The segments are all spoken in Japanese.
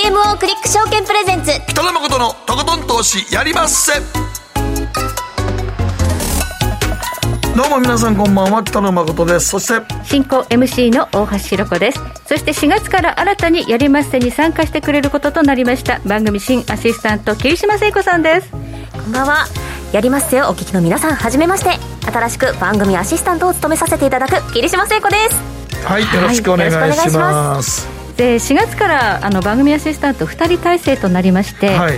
GMO クリック証券プレゼンツ北野誠のとことん投資やりまっせ。どうも皆さんこんばんは、北野誠です。そして進行 MC の大橋ひろ子です。そして4月から新たにやりまっせに参加してくれることとなりました番組新アシスタント桐島聖子さんです。 こんばんは。やりまっせをお聞きの皆さん、はじめまして。新しく番組アシスタントを務めさせていただく桐島聖子です。 はい、よろしくお願いします。 で4月から番組アシスタント2人体制となりまして、はい、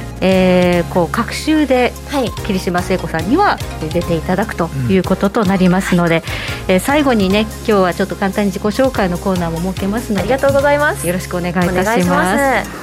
こう各週で桐島聖子さんには出ていただくということとなりますので、最後にね、今日はちょっと簡単に自己紹介のコーナーも設けますので、 ありがとうございます。 よろしくお願いいたします。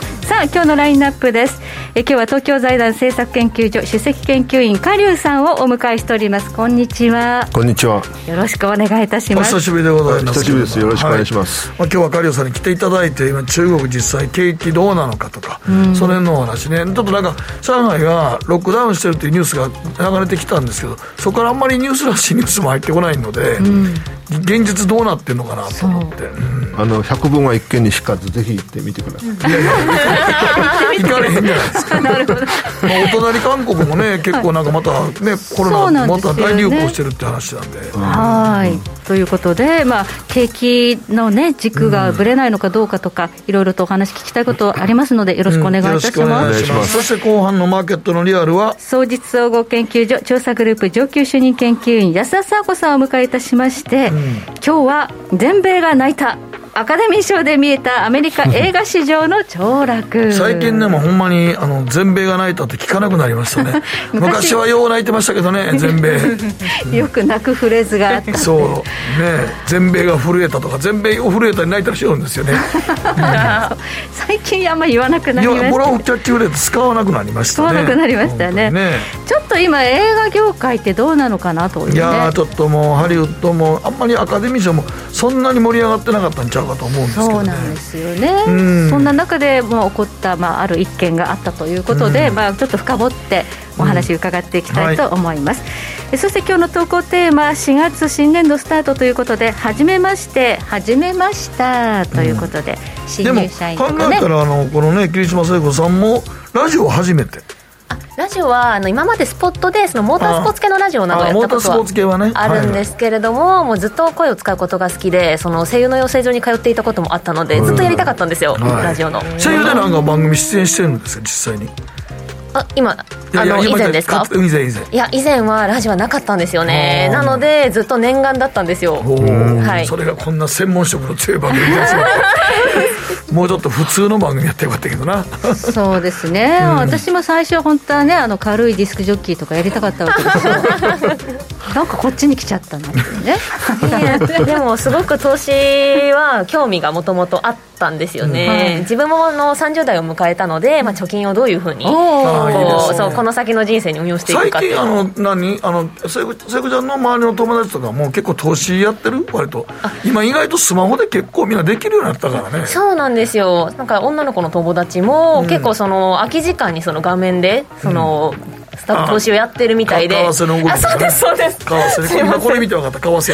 さあ今日のラインナップです。今日は東京財団政策研究所首席研究員加龍さんをお迎えしております。こんにちは。 こんにちは。 よろしくお願いいたします。 お久しぶりでございます。 久しぶりです。よろしくお願いします。 今日は加龍さんに来ていただいて、今中国実際景気どうなのかとか、それのお話ね。ちょっとなんか上海がロックダウンしてるっていうニュースが流れてきたんですけど、そこからあんまりニュースらしいニュースも入ってこないので、現実どうなってるのかなと思って、 百聞は一見にしかず、ぜひ行ってみてください。いやいや行かれへんじゃないですか。なるほど。お隣韓国もね、結構なんかまたね、コロナまた大流行してるって話なんで。 はい。ということで、景気のね軸がぶれないのかどうかとか、いろいろとお話聞きたいことありますので、よろしくお願いいたします。 そして後半のマーケットのリアルは、 双日総合研究所調査グループ上級主任研究員安田佐和子さんをお迎えいたしまして、今日は全米が泣いたアカデミー賞で見えたアメリカ映画市場の凋落。 最近でもほんまに全米が泣いたって聞かなくなりましたね。昔はよう泣いてましたけどね、全米よく泣くフレーズがあった。 そうね、全米が震えたとか、全米を震えたに泣いたりしよるんですよね。 最近あんまり言わなくなりました。 これをキャッチフレーズ使わなくなりましたね。 使わなくなりましたね。ちょっと今映画業界ってどうなのかなというね。 いやちょっともうハリウッドもあんまりアカデミー賞もそんなに盛り上がってなかったんちゃうかと思うんですけどね。 そうなんですよね。そんな中でも起こった、ある一件があったということで、ちょっと深掘ってお話伺っていきたいと思います。そして今日の投稿テーマ、4月新年度スタートということで、はじめまして始めましたということで、新入社員とかね。 でも考えたらこのね、桐島聖子さんもラジオ初めて。 ラジオは今までスポットでそのモータースポーツ系のラジオなどをやったことはあるんですけれども、もうずっと声を使うことが好きで、その声優の養成所に通っていたこともあったので、ずっとやりたかったんですよ、ラジオの。 声優でなんか番組出演してるんですか、実際に。 今以前ですか。以前はラジオはなかったんですよね。なのでずっと念願だったんですよ。 それがこんな専門職の強い番組ですよ。もうちょっと普通の番組やってよかったけどな。 そうですね、私も最初本当はね、軽いディスクジョッキーとかやりたかったわけですよ。なんかこっちに来ちゃったなってね。 でもすごく投資は興味がもともとあったんですよね。自分も30代を迎えたので、貯金をどういうふうにこの先の人生に運用していくかっていうのを。 最近聖子ちゃんの周りの友達とかも結構投資やってる。割と今意外とスマホで結構みんなできるようになったからね。 そうなんですよ。なんか女の子の友達も結構空き時間に画面でスタッフ投資をやってるみたいで。 為替の動き、 そうですそうです。 為替今これ見て分かった。為替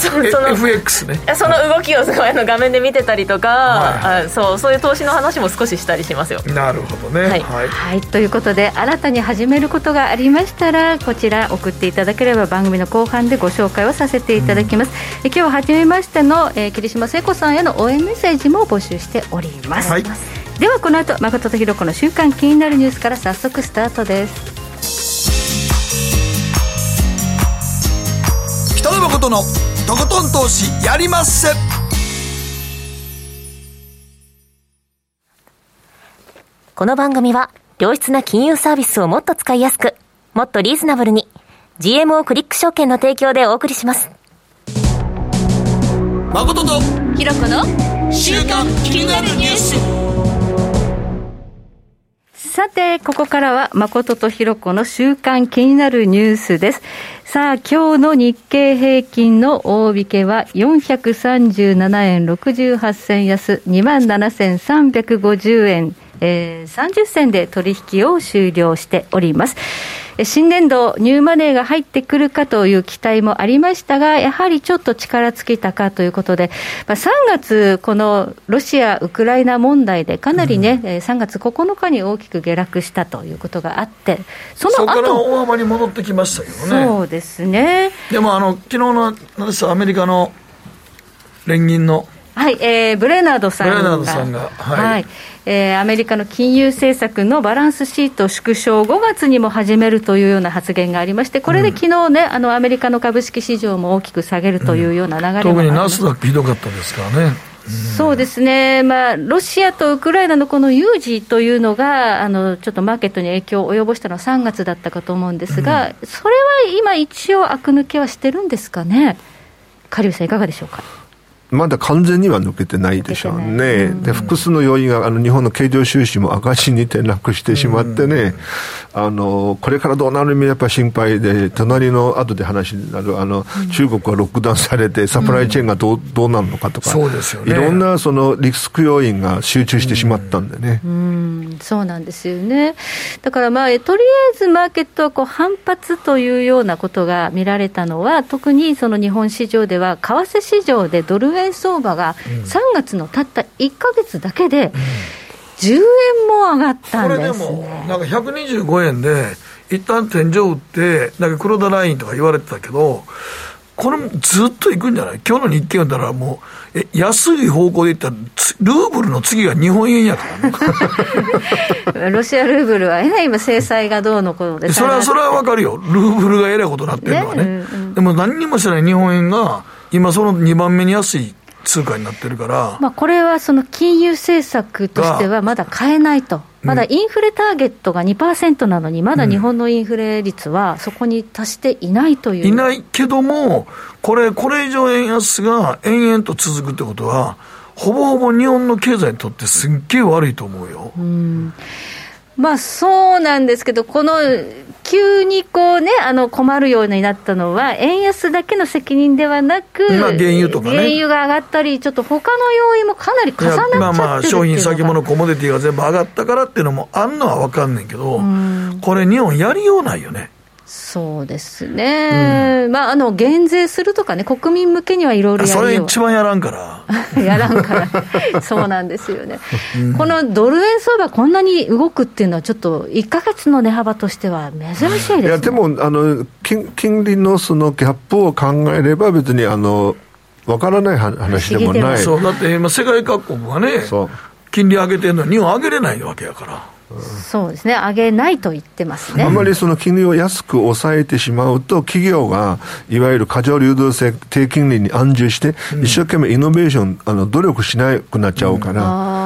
FX ね。 その動きをすごい画面で見てたりとか、そういう投資の話も少ししたりしますよ。 なるほどね。 はい、ということで新たに始めることがありましたら、こちら送っていただければ番組の後半でご紹介をさせていただきます。今日初めましての、桐島聖子さんへの応援メッセージも募集しております。ではこの後、誠とひろ子の週刊気になるニュースから早速スタートです。 北野誠のとことん投資やりまっせ。 この番組は良質な金融サービスをもっと使いやすく、もっとリーズナブルに GMO クリック証券の提供でお送りします。 誠とひろ子の週刊気になるニュース。 さてここからは誠とひろ子の週刊気になるニュースです。さあ今日の日経平均の大引けは437円68銭安 27,350円30銭で取引を終了しております。 新年度ニューマネーが入ってくるかという期待もありましたが、やはりちょっと力尽きたかということで、3月このロシア・ウクライナ問題でかなりね、3月9日に大きく下落したということがあって、その後そこから大幅に戻ってきましたけどね。 そうですね。 でも昨日のアメリカの連銀のはい、ブレナードさんが、 はいアメリカの金融政策のバランスシート縮小を5月にも始めるというような発言がありまして、これで昨日ね、アメリカの株式市場も大きく下げるというような流れもあります。 特にナスダックひどかったですからね。 そうですね、ロシアとウクライナのこの有事というのがちょっとマーケットに影響を及ぼしたのは3月だったかと思うんですが、それは今一応悪抜けはしてるんですかね。狩生さんいかがでしょうか。 まだ完全には抜けてないでしょうね。で、複数の要因が日本の経常収支も赤字に転落してしまってね、これからどうなる意味やっぱり心配で、隣の後で話になる中国がロックダウンされてサプライチェーンがどうなるのかとか、 そうですよね、 いろんなそのリスク要因が集中してしまったんでね。 そうなんですよね。だからとりあえずマーケットは反発というようなことが見られたのは、特にその日本市場では為替市場でドル円相場が3月のたった1ヶ月だけで10円も上がったんですね。 これでもなんか125円で一旦天井打ってなんか黒田ラインとか言われてたけど、これもずっといくんじゃない。今日の日経を見たらもう安い方向でいったらルーブルの次が日本円やからね。 ロシアルーブルは今制裁がどうのこうでそれは分かるよ。ルーブルがえらいことになってるのはね、でも何にもしない日本円が今その2番目に安い通貨になってるから、 これはその金融政策としてはまだ変えないと、まだインフレターゲットが 2% なのに、まだ日本のインフレ率はそこに達していないという、 いないけども、これ以上円安が延々と続くってことは、ほぼほぼ日本の経済にとってすっげえ悪いと思うよ。 そうなんですけど、この急に困るようになったのは円安だけの責任ではなく、 原油とかね、 原油が上がったりちょっと他の要因もかなり重なっちゃってるっていうのが、 商品先物コモディティが全部上がったからっていうのもあんのは分かんねんけど、これ日本やりようないよね。 そうですね、減税するとかね、国民向けにはいろいろやるよ。 それ一番やらんからやらんからそうなんですよね、このドル円相場こんなに動くっていうのはちょっと1ヶ月の値幅としては珍しいですね。 いやでも金利のそのギャップを考えれば別に分からない話でもない。 そうだって今世界各国がね金利上げてるのに日本上げれないわけやから。 そうですね、上げないと言ってますね。 あまりその金利を安く抑えてしまうと、企業がいわゆる過剰流動性低金利に安住して、一生懸命イノベーション努力しなくなっちゃうから、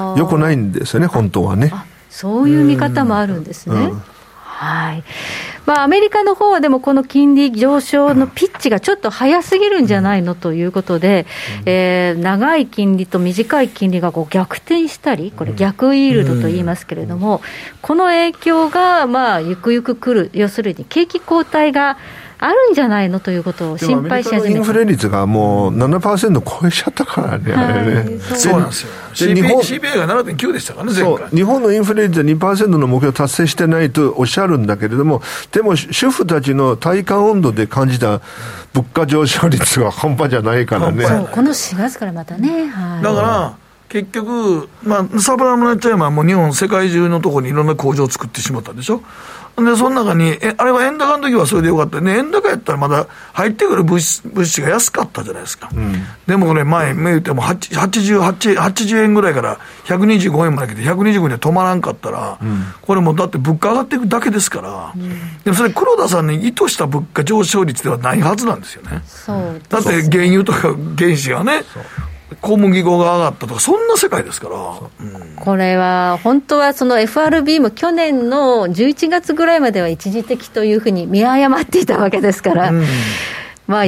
良くないんですよね、本当はね。 そういう見方もあるんですね。はい。アメリカの方はでもこの金利上昇のピッチがちょっと早すぎるんじゃないのということで、長い金利と短い金利が逆転したり、これ逆イールドと言いますけれども、この影響がゆくゆく来る、要するに景気後退があるんじゃないのということを心配し始めた。 インフレ率がもう 7% 超えちゃったからね、あれね。 そうなんですよ。CPI が 7.9 でしたからね、前回。 日本のインフレ率は 2% の目標を達成してないとおっしゃるんだけれども、でも主婦たちの体感温度で感じた物価上昇率は半端じゃないからね。 そう、この4月からまたね、 だから結局、サプライムなっちゃえばもう日本世界中のところにいろんな工場を作ってしまったでしょ。でその中にあれは円高の時はそれでよかったね。円高やったらまだ入ってくる物資が安かったじゃないですか、でもね、前言っても80円ぐらいから125円まで来て125円で止まらんかったら、これもうだって物価上がっていくだけですから、でもそれ黒田さんに意図した物価上昇率ではないはずなんですよね。だって原油とか原子がね、小麦粉が上がったとか、そんな世界ですから、 これは本当はその FRB も去年の11月ぐらいまでは一時的というふうに見誤っていたわけですから、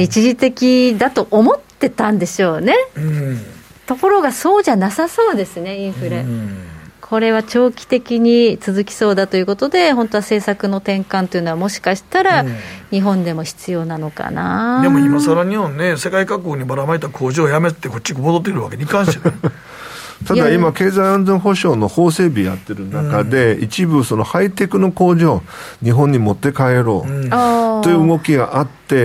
一時的だと思ってたんでしょうね、ところがそうじゃなさそうですね、インフレ、これは長期的に続きそうだということで、本当は政策の転換というのはもしかしたら日本でも必要なのかな。 でも今更日本ね、世界各国にばらまいた工場をやめてこっちに戻ってくるわけにいかんしねただ今経済安全保障の法整備やってる中で、一部そのハイテクの工場日本に持って帰ろうという動きがあって、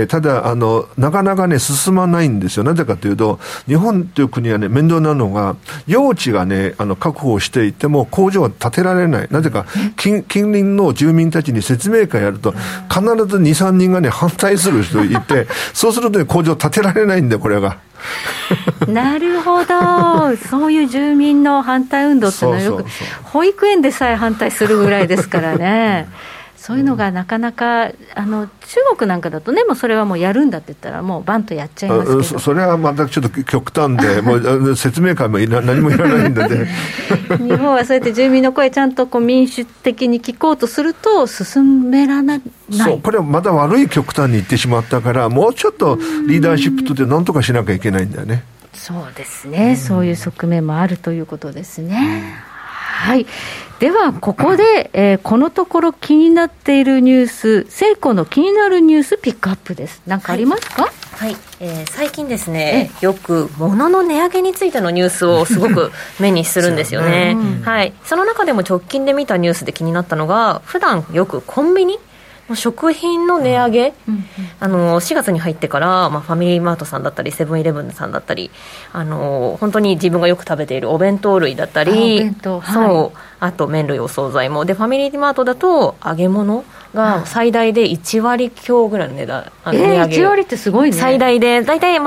ただなかなかね進まないんですよ。なぜかというと、日本という国はね面倒なのが、用地がね確保していても工場は建てられない。なぜか近隣の住民たちに説明会やると必ず 2,3 人がね反対する人いてそうすると、ね、工場建てられないんで、これがなるほど。そういう住民の反対運動っていうのはよく保育園でさえ反対するぐらいですからねそういうのがなかなか中国なんかだとね、もうそれはもうやるんだって言ったらもうバンとやっちゃいますけど、 それはまたちょっと極端でもう説明会も何もいらないんで、ね、 日本はそうやって住民の声ちゃんと民主的に聞こうとすると進められない。 そう、これはまだ悪い極端に行ってしまったから、もうちょっとリーダーシップとって何とかしなきゃいけないんだよね。 そうですね、そういう側面もあるということですね。はい、ではここで、このところ気になっているニュース、セイコーの気になるニュースピックアップです。何かありますか？ はい、最近ですね、よく物の値上げについてのニュースをすごく目にするんですよねはい、その中でも直近で見たニュースで気になったのが、普段よくコンビニ食品の値上げ、4月に入ってから、ファミリーマートさんだったりセブンイレブンさんだったり、本当に自分がよく食べているお弁当類だったり、あと麺類お惣菜もで、ファミリーマートだと揚げ物が最大で1割強ぐらいの値段、値上げ、 1割ってすごいね。 最大でだいたい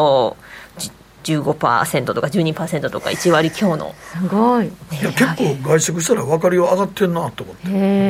15% とか 12% とか1割強の、 すごい。 いや結構外食したら分かりは上がってんなと思って。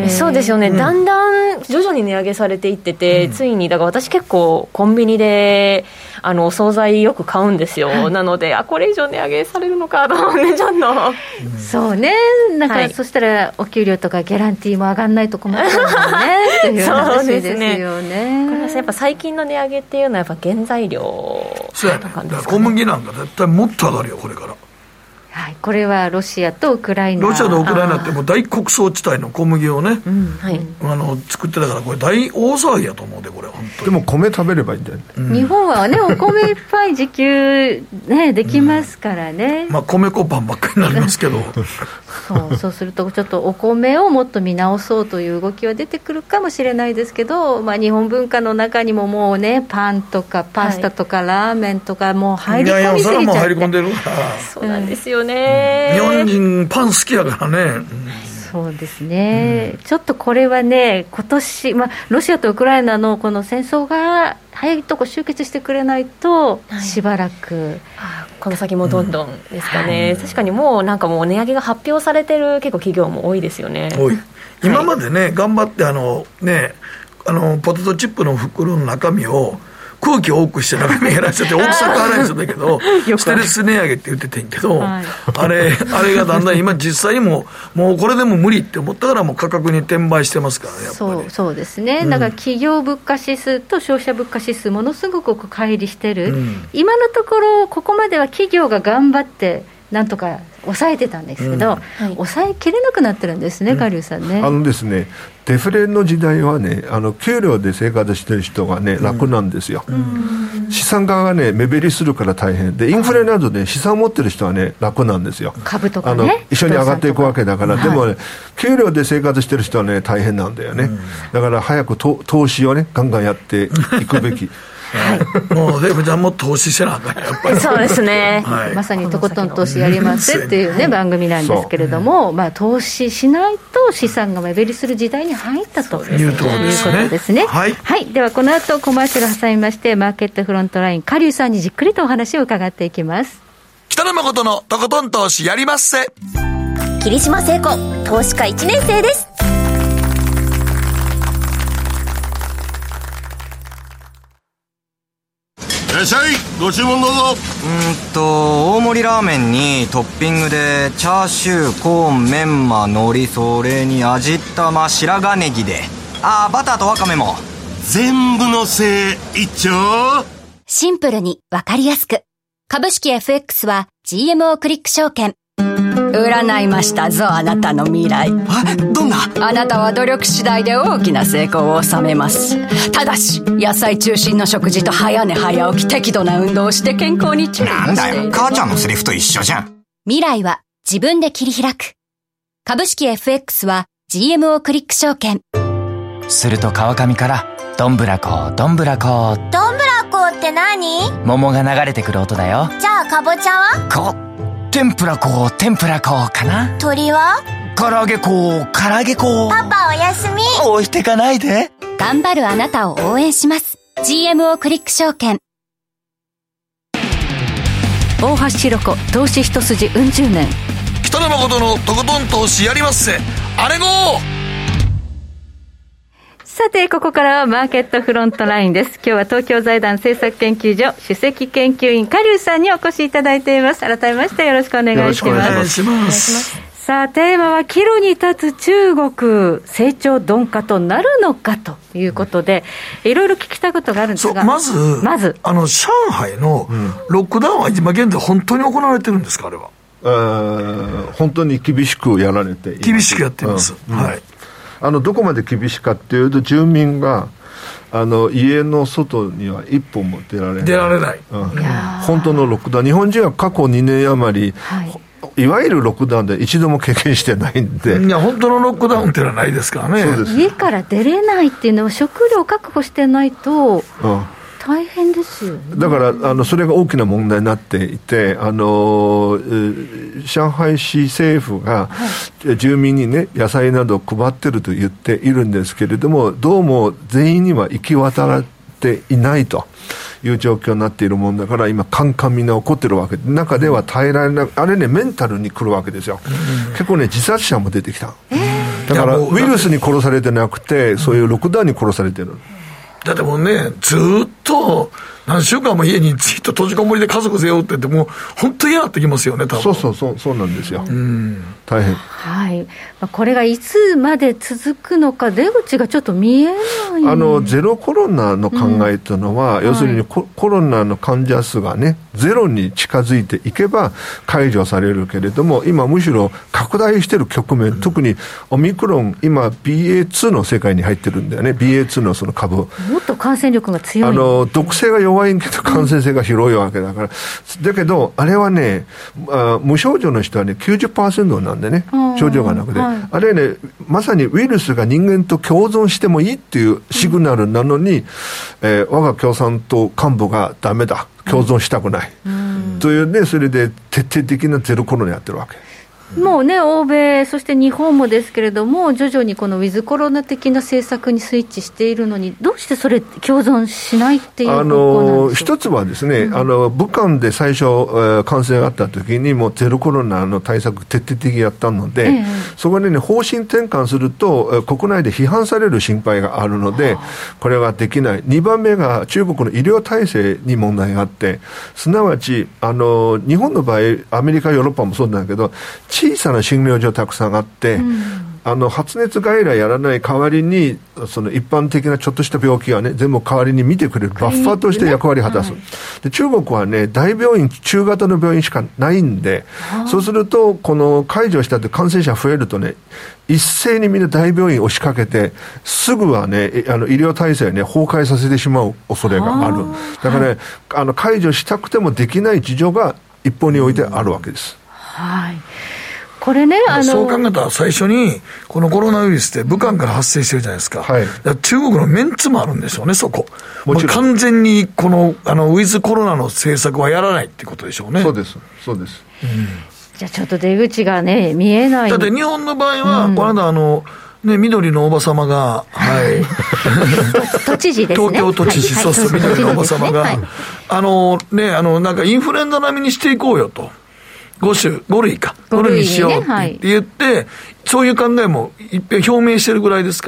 そうですよね、だんだん徐々に値上げされていってて、ついにだから私結構コンビニでお惣菜よく買うんですよ、なのでこれ以上値上げされるのかと思ってちょっと、 そうね、なんか、そしたらお給料とかギャランティーも上がんないと困るもんねという話ですよね。 これはやっぱ最近の値上げっていうのはやっぱ原材料とかですかね。小麦なんか絶対もっと上がるよこれから。 はい、これはロシアとウクライナ、 ロシアとウクライナってもう大穀倉地帯の小麦をね、作ってたから、これ大騒ぎやと思うで、これ本当に。 でも米食べればいいんだよね、 日本はねお米いっぱい自給、ね、できますからね、 米粉パンばっかりになりますけどそうするとちょっとお米をもっと見直そうという動きは出てくるかもしれないですけど、日本文化の中にももうね、パンとかパスタとかラーメンとかもう入り込みすぎちゃって、 それも入り込んでるから、 そうなんですよね、 日本人パン好きやからね、 そうですね、ちょっとこれはね今年、ロシアとウクライナのこの戦争が早いとこ終結してくれないと、しばらく、 この先もどんどんですかね、確かにもうなんかもう値上げが発表されてる結構企業も多いですよね。 今までね、頑張ってポテトチップの袋の中身を空気多くして中身減らしてて大きさ変わらないんですけどステルス値上げって言っててんけど、あれがだんだん今実際にもうこれでも無理って思ったからもう価格に転売してますからね、やっぱり。 そうですね、だから企業物価指数と消費者物価指数ものすごく乖離してる、今のところここまでは企業が頑張ってなんとか抑えてたんですけど、抑えきれなくなってるんですね、カリュウさんね。 ですね、デフレの時代はね、給料で生活してる人がね、楽なんですよ。資産家がね、目減りするから大変で、インフレなどで資産を持ってる人はね、楽なんですよ。 株とかね、 一緒に上がっていくわけだから。でもね、給料で生活してる人はね、大変なんだよね。だから早く投資をね、ガンガンやっていくべき。 もうデブちゃんも投資してなあかんやっぱり。 そうですね、 まさにとことん投資やりますっていうね、番組なんですけれども、投資しないと資産が目減りする時代に入ったということですね。はい、ではこの後コマーシャル挟みまして、マーケットフロントラインカリュウさんにじっくりとお話を伺っていきます。 北野誠のとことん投資やりまっせ。 霧島聖子、投資家1年生です。 いらっしゃい、ご注文どうぞ。 大盛りラーメンにトッピングでチャーシュー、コーン、メンマ、海苔、それに味玉、白髪ネギで、バターとワカメも全部のせい一丁。 シンプルにわかりやすく、株式 FX は GMO クリック証券。 占いましたぞ、あなたの未来。 どんな？ あなたは努力次第で大きな成功を収めます。ただし野菜中心の食事と早寝早起き、適度な運動をして健康に注意している。 なんだよ、母ちゃんのセリフと一緒じゃん。 未来は自分で切り開く。株式 FX は GMO クリック証券。 すると川上からどんぶらこどんぶらこ。 どんぶらこって何？ 桃が流れてくる音だよ。 じゃあかぼちゃは？ 天ぷらこ天ぷらこかな。 鳥は？ 唐揚げこ唐揚げこ。 パパおやすみ。 置いてかないで。 頑張るあなたを応援します。GMO クリック証券。 大橋ひろ子投資一筋うん十年。 北野誠のとことん投資やりまっせ。あれごー。 さてここからはマーケットフロントラインです。今日は東京財団政策研究所首席研究員加龍さんにお越しいただいています。改めましてよろしくお願いします。 よろしくお願いします。 さあテーマは岐路に立つ中国成長鈍化となるのかということで、いろいろ聞きたいことがあるんですが、 まず上海のロックダウンは今現在本当に行われてるんですか？あれは本当に厳しくやられています。 厳しくやっています、はい。 どこまで厳しいかっていうと、住民が家の外には一歩も出られない、本当のロックダウン、日本人は過去2年余り、いわゆるロックダウンで一度も経験してないんで。 いや本当のロックダウンっていうのはないですからね。 そうです。 家から出れないっていうのは食料確保してないと大変ですよね。 だからそれが大きな問題になっていて、上海市政府が住民にね野菜などを配ってると言っているんですけれども、どうも全員には行き渡っていないという状況になっているもんだから、今カンカンみんな怒ってるわけで、中では耐えられない、あれねメンタルに来るわけですよ、結構ね自殺者も出てきた、だからウイルスに殺されてなくて、そういうロックダウンに殺されてる。 だってもうねずっと何週間も家にずっと閉じこもりで家族背負ってて、もう本当に嫌になってきますよね多分。 そうなんですよ、大変。 はい、これがいつまで続くのか出口がちょっと見えない。 ゼロコロナの考えというのは、要するにコロナの患者数がねゼロに近づいていけば解除されるけれども、今むしろ拡大している局面、特にオミクロン今 BA.2 の世界に入ってるんだよね。 BA.2 のその株、もっと感染力が強い、 毒性が弱いけど感染性が広いわけだから、だけどあれはね無症状の人はね 90% なんでね、症状がなくて、あれねまさにウイルスが人間と共存してもいいっていうシグナルなのに、我が共産党幹部がダメだ、共存したくない、というね、それで徹底的なゼロコロナやってるわけ。 もうね欧米そして日本もですけれども、徐々にこのウィズコロナ的な政策にスイッチしているのに、どうしてそれ共存しないっていう方向なんでしょう？一つはですね、武漢で最初、感染があった時にもうゼロコロナの対策徹底的にやったので、そこでね方針転換すると国内で批判される心配があるので、これはできない。2番目が中国の医療体制に問題があって、すなわち日本の場合アメリカヨーロッパもそうなんだけど、小さな診療所たくさんあって、発熱外来やらない代わりに、その一般的なちょっとした病気はね全部代わりに見てくれるバッファーとして役割を果たす、で中国はね大病院、中型の病院しかないんで、そうするとこの解除したって感染者増えるとね、一斉にみんな大病院を押しかけて、すぐはね医療体制をね崩壊させてしまう恐れがある。だからね、解除したくてもできない事情が一方においてあるわけです。 はい、これね、 そう考えたら最初にこのコロナウイルスって武漢から発生してるじゃないですか、だから中国のメンツもあるんでしょうね、そこもう完全にこのウィズコロナの政策はやらないってことでしょうね。 そうです、 じゃあちょっと出口がね見えない。 だって日本の場合は、この間緑のおばさまが、 都知事ですね、 東京都知事、そうそう、緑のおばさまが、なんかインフルエンザ並みにしていこうよと、5類にしようって言って、そういう考えも一遍表明してるぐらいですから、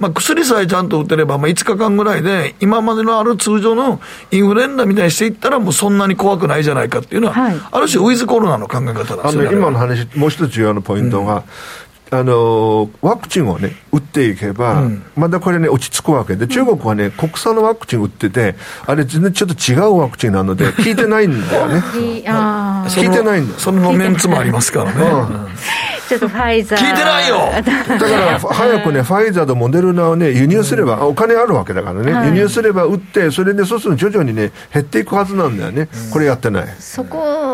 薬さえちゃんと打てれば、5日間ぐらいで今までのある通常のインフルエンザみたいにしていったら、もうそんなに怖くないじゃないかっていうのは、ある種ウィズコロナの考え方なんですよね。 今の話、もう一つ重要なポイントが、ワクチンをね打っていけば、まだこれね落ち着くわけで、中国はね国産のワクチン打ってて、あれ全然ちょっと違うワクチンなので効いてないんだよね効いてないんだよ。 そのメンツもありますからね、 ちょっとファイザー聞いてないよだから早くねファイザーとモデルナをね輸入すれば、お金あるわけだからね、輸入すれば打って、それでそうすると徐々にね減っていくはずなんだよね、これやってない。 そこ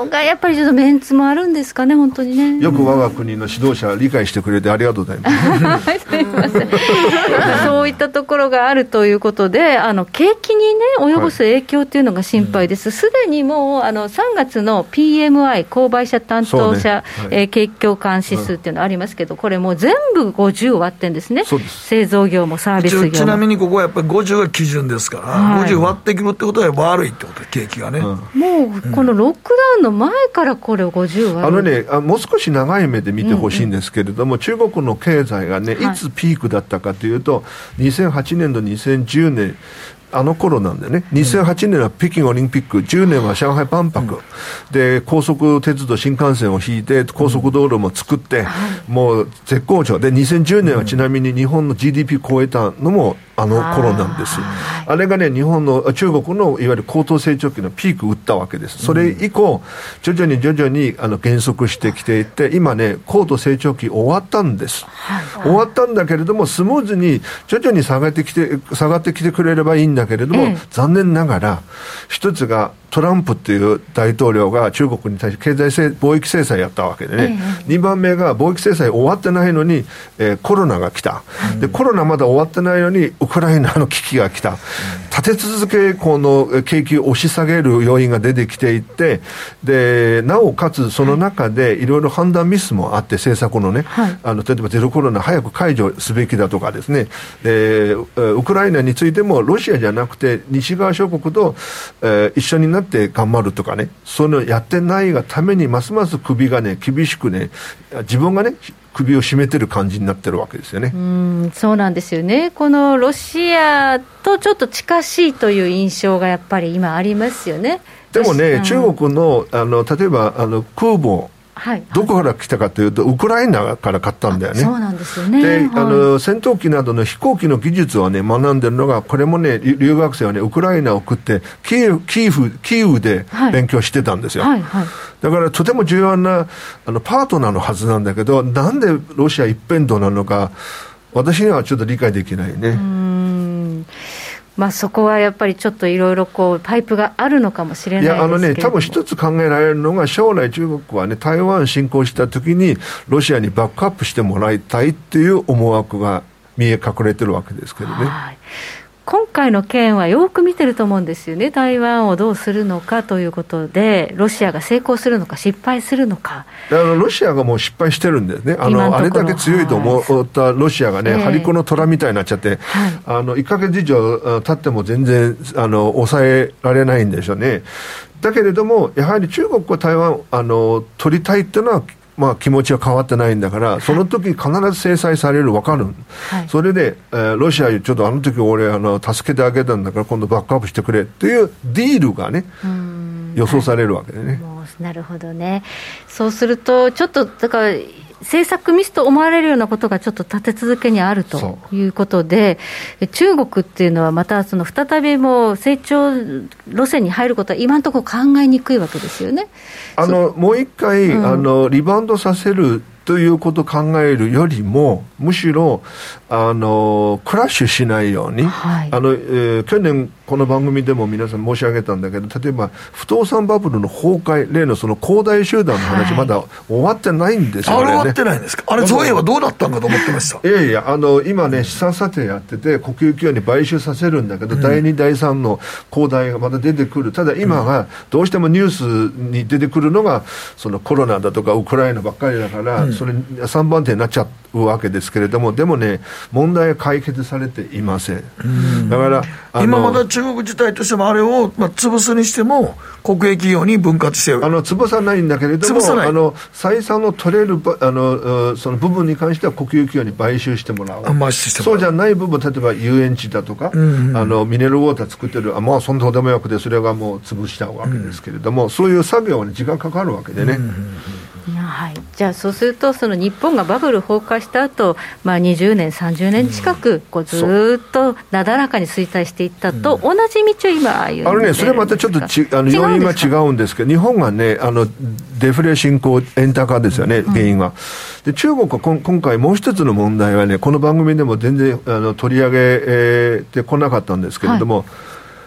のがやっぱりちょっとメンツもあるんですかね、本当にね。 よく我が国の指導者理解してくれてありがとうございますすいませんそういったところがあるということで、景気にね及ぼす影響っていうのが心配です。すでにもう3月の PMI 購買者担当者、景気況感指数っていうのありますけど、これもう全部50割ってんですね。製造業もサービス業も。 ちなみにここはやっぱり50が基準ですから、50割ってくるってことは悪いってことで、景気がね、もうこのロックダウンの前からこれを50割もう少し長い目で見てほしいんですけれども、中国の経済がね、いつピークだったかというと、2008年と2010年頃なんでね、2008年は北京オリンピック、10年は上海万博、で高速鉄道新幹線を引いて高速道路も作って、もう絶好調で、2010年はちなみに日本の GDP 超えたのも頃なんです。あれがね、中国のいわゆる高等成長期のピーク打ったわけです。それ以降徐々に減速してきていて、今ね高度成長期終わったんです、終わったんだけれども、スムーズに徐々に下がってきてくれればいいんだけれども、残念ながら一つがトランプっていう大統領が中国に対して貿易制裁やったわけでね、2番目が貿易制裁終わってないのに、コロナが来た、でコロナまだ終わってないのにウクライナの危機が来た、立て続けこの景気を押し下げる要因が出てきていって、でなおかつその中でいろいろ判断ミスもあって、政策のね、例えばゼロコロナ早く解除すべきだとかですね、ウクライナについてもロシアじゃなくて西側諸国と、一緒になって頑張るとかね、そのやってないがためにますます首がね厳しくね、自分がね首を絞めてる感じになってるわけですよね。 そうなんですよね。このロシアとちょっと近しいという印象がやっぱり今ありますよね。 でもね、中国の例えば空母、どこから来たかというとウクライナから買ったんだよね。 そうなんですよね。 で、戦闘機などの飛行機の技術をね学んでるのが、これもね留学生はねウクライナを送ってキーウで勉強してたんですよ、だからとても重要なパートナーのはずなんだけど、なんでロシア一辺倒なのか私にはちょっと理解できないね。 そこはやっぱりちょっといろいろパイプがあるのかもしれないですけれども、 多分一つ考えられるのが、将来中国はね台湾侵攻した時にロシアにバックアップしてもらいたいっていう思惑が見え隠れてるわけですけどね。 今回の件はよく見てると思うんですよね。台湾をどうするのかということで、ロシアが成功するのか失敗するのか。 ロシアがもう失敗してるんですね。あれだけ強いと思ったロシアがね、張り子の虎みたいになっちゃって、1ヶ月以上経っても全然抑えられないんでしょうね。だけれどもやはり中国は台湾取りたいっていうのは気持ちは変わってないんだから、その時必ず制裁される、分かる、それで、ロシアちょっと時俺助けてあげたんだから今度バックアップしてくれっていうディールがね予想されるわけでね。 なるほどね。そうするとちょっとだから政策ミスと思われるようなことがちょっと立て続けにあるということで、中国っていうのはまた再びもう成長路線に入ることは今のところ考えにくいわけですよね。 もう一回、リバウンドさせるということを考えるよりも、むしろクラッシュしないように、去年この番組でも皆さん申し上げたんだけど、例えば不動産バブルの崩壊、例のその恒大集団の話、まだ終わってないんですよね。 終わってないんですか。あれそういえばどうなったんかと思ってました。 いや今ね資産査定やってて国有企業に買収させるんだけど、第2第3の恒大がまた出てくる。ただ今がどうしてもニュースに出てくるのがそのコロナだとかウクライナばっかりだから、それ3番手になっちゃうわけですけれども、でもね問題は解決されていません。だから今まだ中国自体としてもあれを、潰すにしても国営企業に分割して潰さないんだけれども、採算を取れるその部分に関しては国有企業に買収してもらう。そうじゃない部分、例えば遊園地だとか、ミネラルウォーター作ってる、そんなどうでもよくてそれがもう潰しちゃうわけですけれども、そういう作業に時間かかるわけでね。 じゃあそうするとその日本がバブル崩壊した後、20年30年近くずっとなだらかに衰退していったと同じ道を今歩んでいる。 それまたちょっと要因は違うんですけど、日本がねデフレ進行円高ですよね、原因は。で中国は今回もう一つの問題はね、この番組でも全然取り上げてこなかったんですけれども、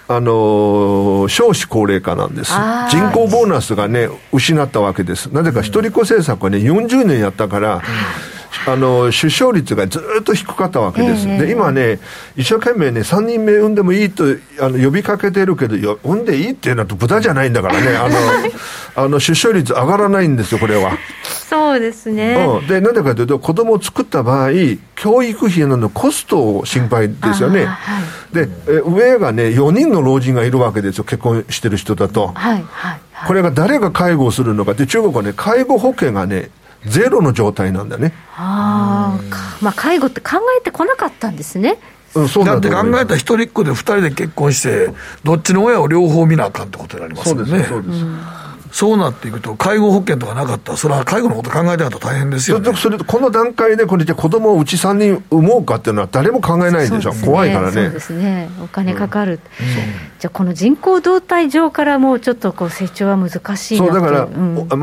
少子高齢化なんです。人口ボーナスがね、失ったわけです。なぜか一人っ子政策はね、40年やったから、出生率がずっと低かったわけです。で、今ね、一生懸命ね、3人目産んでもいいと呼びかけてるけど、産んでいいっていうのは豚じゃないんだからね、出生率上がらないんですよ、これは。 そうですね。 で、なんでかというと、子供を作った場合、教育費のコストを心配ですよね。で、上がね、4人の老人がいるわけですよ、結婚してる人だと。これが誰が介護をするのかって、中国はね、介護保険がね、ゼロの状態なんだね。 介護って考えてこなかったんですね。 そうだって考えたら一人っ子で2人で結婚してどっちの親を両方見なあかんってことになりますよね。そうです。そうなっていくと介護保険とかなかったらそれは介護のこと考えてなかったら大変ですよね。 それこの段階でこれじゃ子供をうち3人産もうかっていうのは誰も考えないでしょ。怖いからね。 そうですね。お金かかる。じゃあこの人口動態上からもうちょっとこう成長は難しいなと。 そうだから、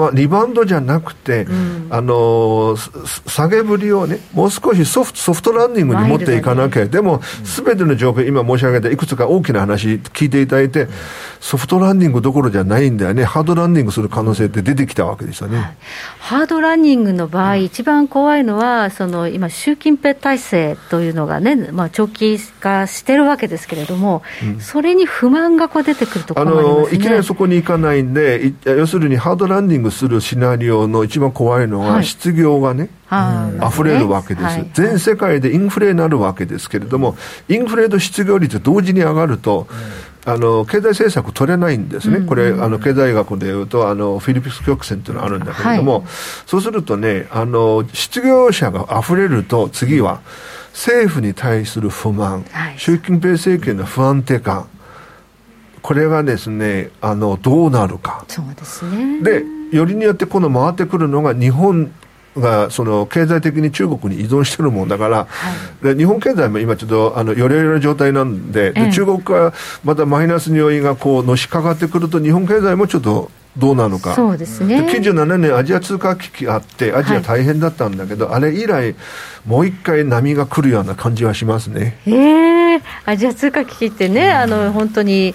リバウンドじゃなくて、下げぶりをねもう少しソフトランディングに持っていかなきゃ。でも全ての状況今申し上げたいくつか大きな話聞いていただいて、ソフトランディングどころじゃないんだよね。ハードランディングする可能性って出てきたわけですよね。 ハードランディングの場合、一番怖いのは今習近平体制というのがね、長期化してるわけですけれども、それに不満がこう出てくると困りますね。 いきなりそこに行かないんで、要するにハードランディングするシナリオの一番怖いのは、失業がね溢れるわけです。全世界でインフレになるわけですけれども、インフレと失業率同時に上がると経済政策取れないんですね。これ経済学でいうとフィリピス曲線というのがあるんだけれども、そうするとね失業者が溢れると次は政府に対する不満、習近平政権の不安定感、これがですねどうなるか。 そうですね。 でよりによって今度回ってくるのが日本が経済的に中国に依存してるもんだから、で日本経済も今ちょっとよれよれの状態なんで、中国からまたマイナスの要因がこうのしかかってくると日本経済もちょっとどうなのか。 そうですね。 97年アジア通貨危機あってアジア大変だったんだけど、あれ以来もう一回波が来るような感じはしますね。 アジア通貨危機ってね、本当に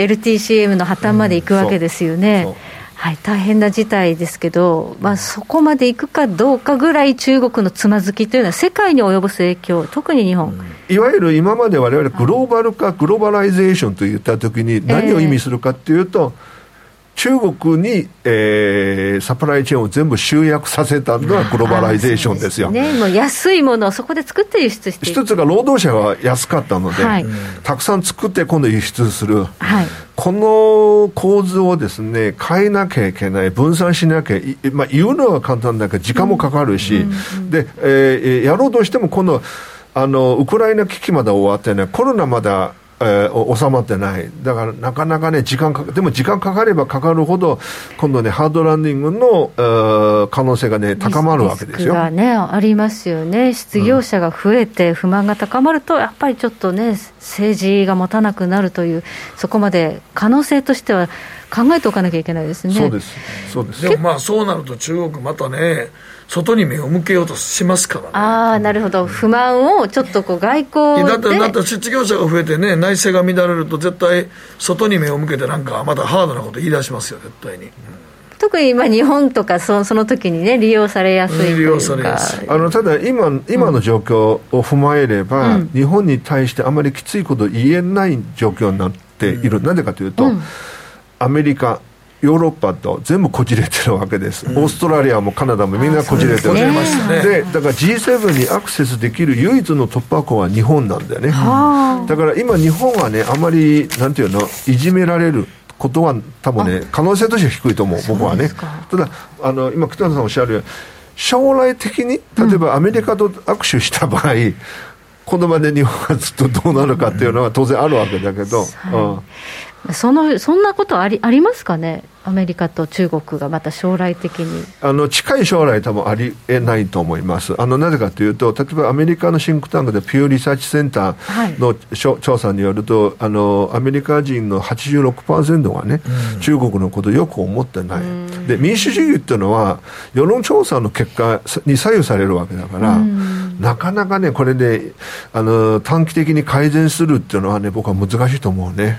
LTCM の破綻まで行くわけですよね。大変な事態ですけど、そこまでいくかどうかぐらい中国のつまずきというのは世界に及ぼす影響、特に日本、 いわゆる今まで我々グローバル化、グローバライゼーションといったときに何を意味するかというと、中国に、サプライチェーンを全部集約させたのはグローバライゼーションですよ。 もう安いものをそこで作って輸出していく。 一つが労働者が安かったので、たくさん作って今度輸出する、この構図をですね変えなきゃいけない、分散しなきゃ、言うのは簡単だけど時間もかかるし、で、やろうとしても今度ウクライナ危機まで終わってね、コロナまだ収まってない。だからなかなかねでも時間かかればかかるほど今度ねハードランディングの可能性がね高まるわけですよ。リスクがねありますよね。失業者が増えて不満が高まると、やっぱりちょっとね政治が持たなくなるという、そこまで可能性としては考えておかなきゃいけないですね。 そうです。 でもそうなると中国またね外に目を向けようとしますからね。 なるほど。不満をちょっと外交でだって失業者が増えてね、内政が乱れると絶対外に目を向けてなんかまたハードなこと言い出しますよ、絶対に。 特に日本とかその時にね利用されやすいというか、利用されやすい。 ただ今の状況を踏まえれば、日本に対してあまりきついことを言えない状況になっている。なぜかというと、アメリカヨーロッパと全部こじれてるわけです。オーストラリアもカナダもみんなこじれてる。で、だから G7 にアクセスできる唯一の突破口は日本なんだよね。だから今日本はねあまりなんていうのいじめられることは多分ね可能性としては低いと思う、僕はね。ただ今北野さんおっしゃるように将来的に例えばアメリカと握手した場合、この場で日本がずっとどうなるかっていうのは当然あるわけだけど、 そんなことありますかね。アメリカと中国がまた将来的に近い将来多分ありえないと思います。なぜかというと、例えばアメリカのシンクタンクでピューリサーチセンターの、調査によるとアメリカ人の 86% がね、中国のことをよく思ってない。で民主主義っていうのは世論調査の結果に左右されるわけだから、なかなかねこれで短期的に改善するっていうのはね僕は難しいと思うね。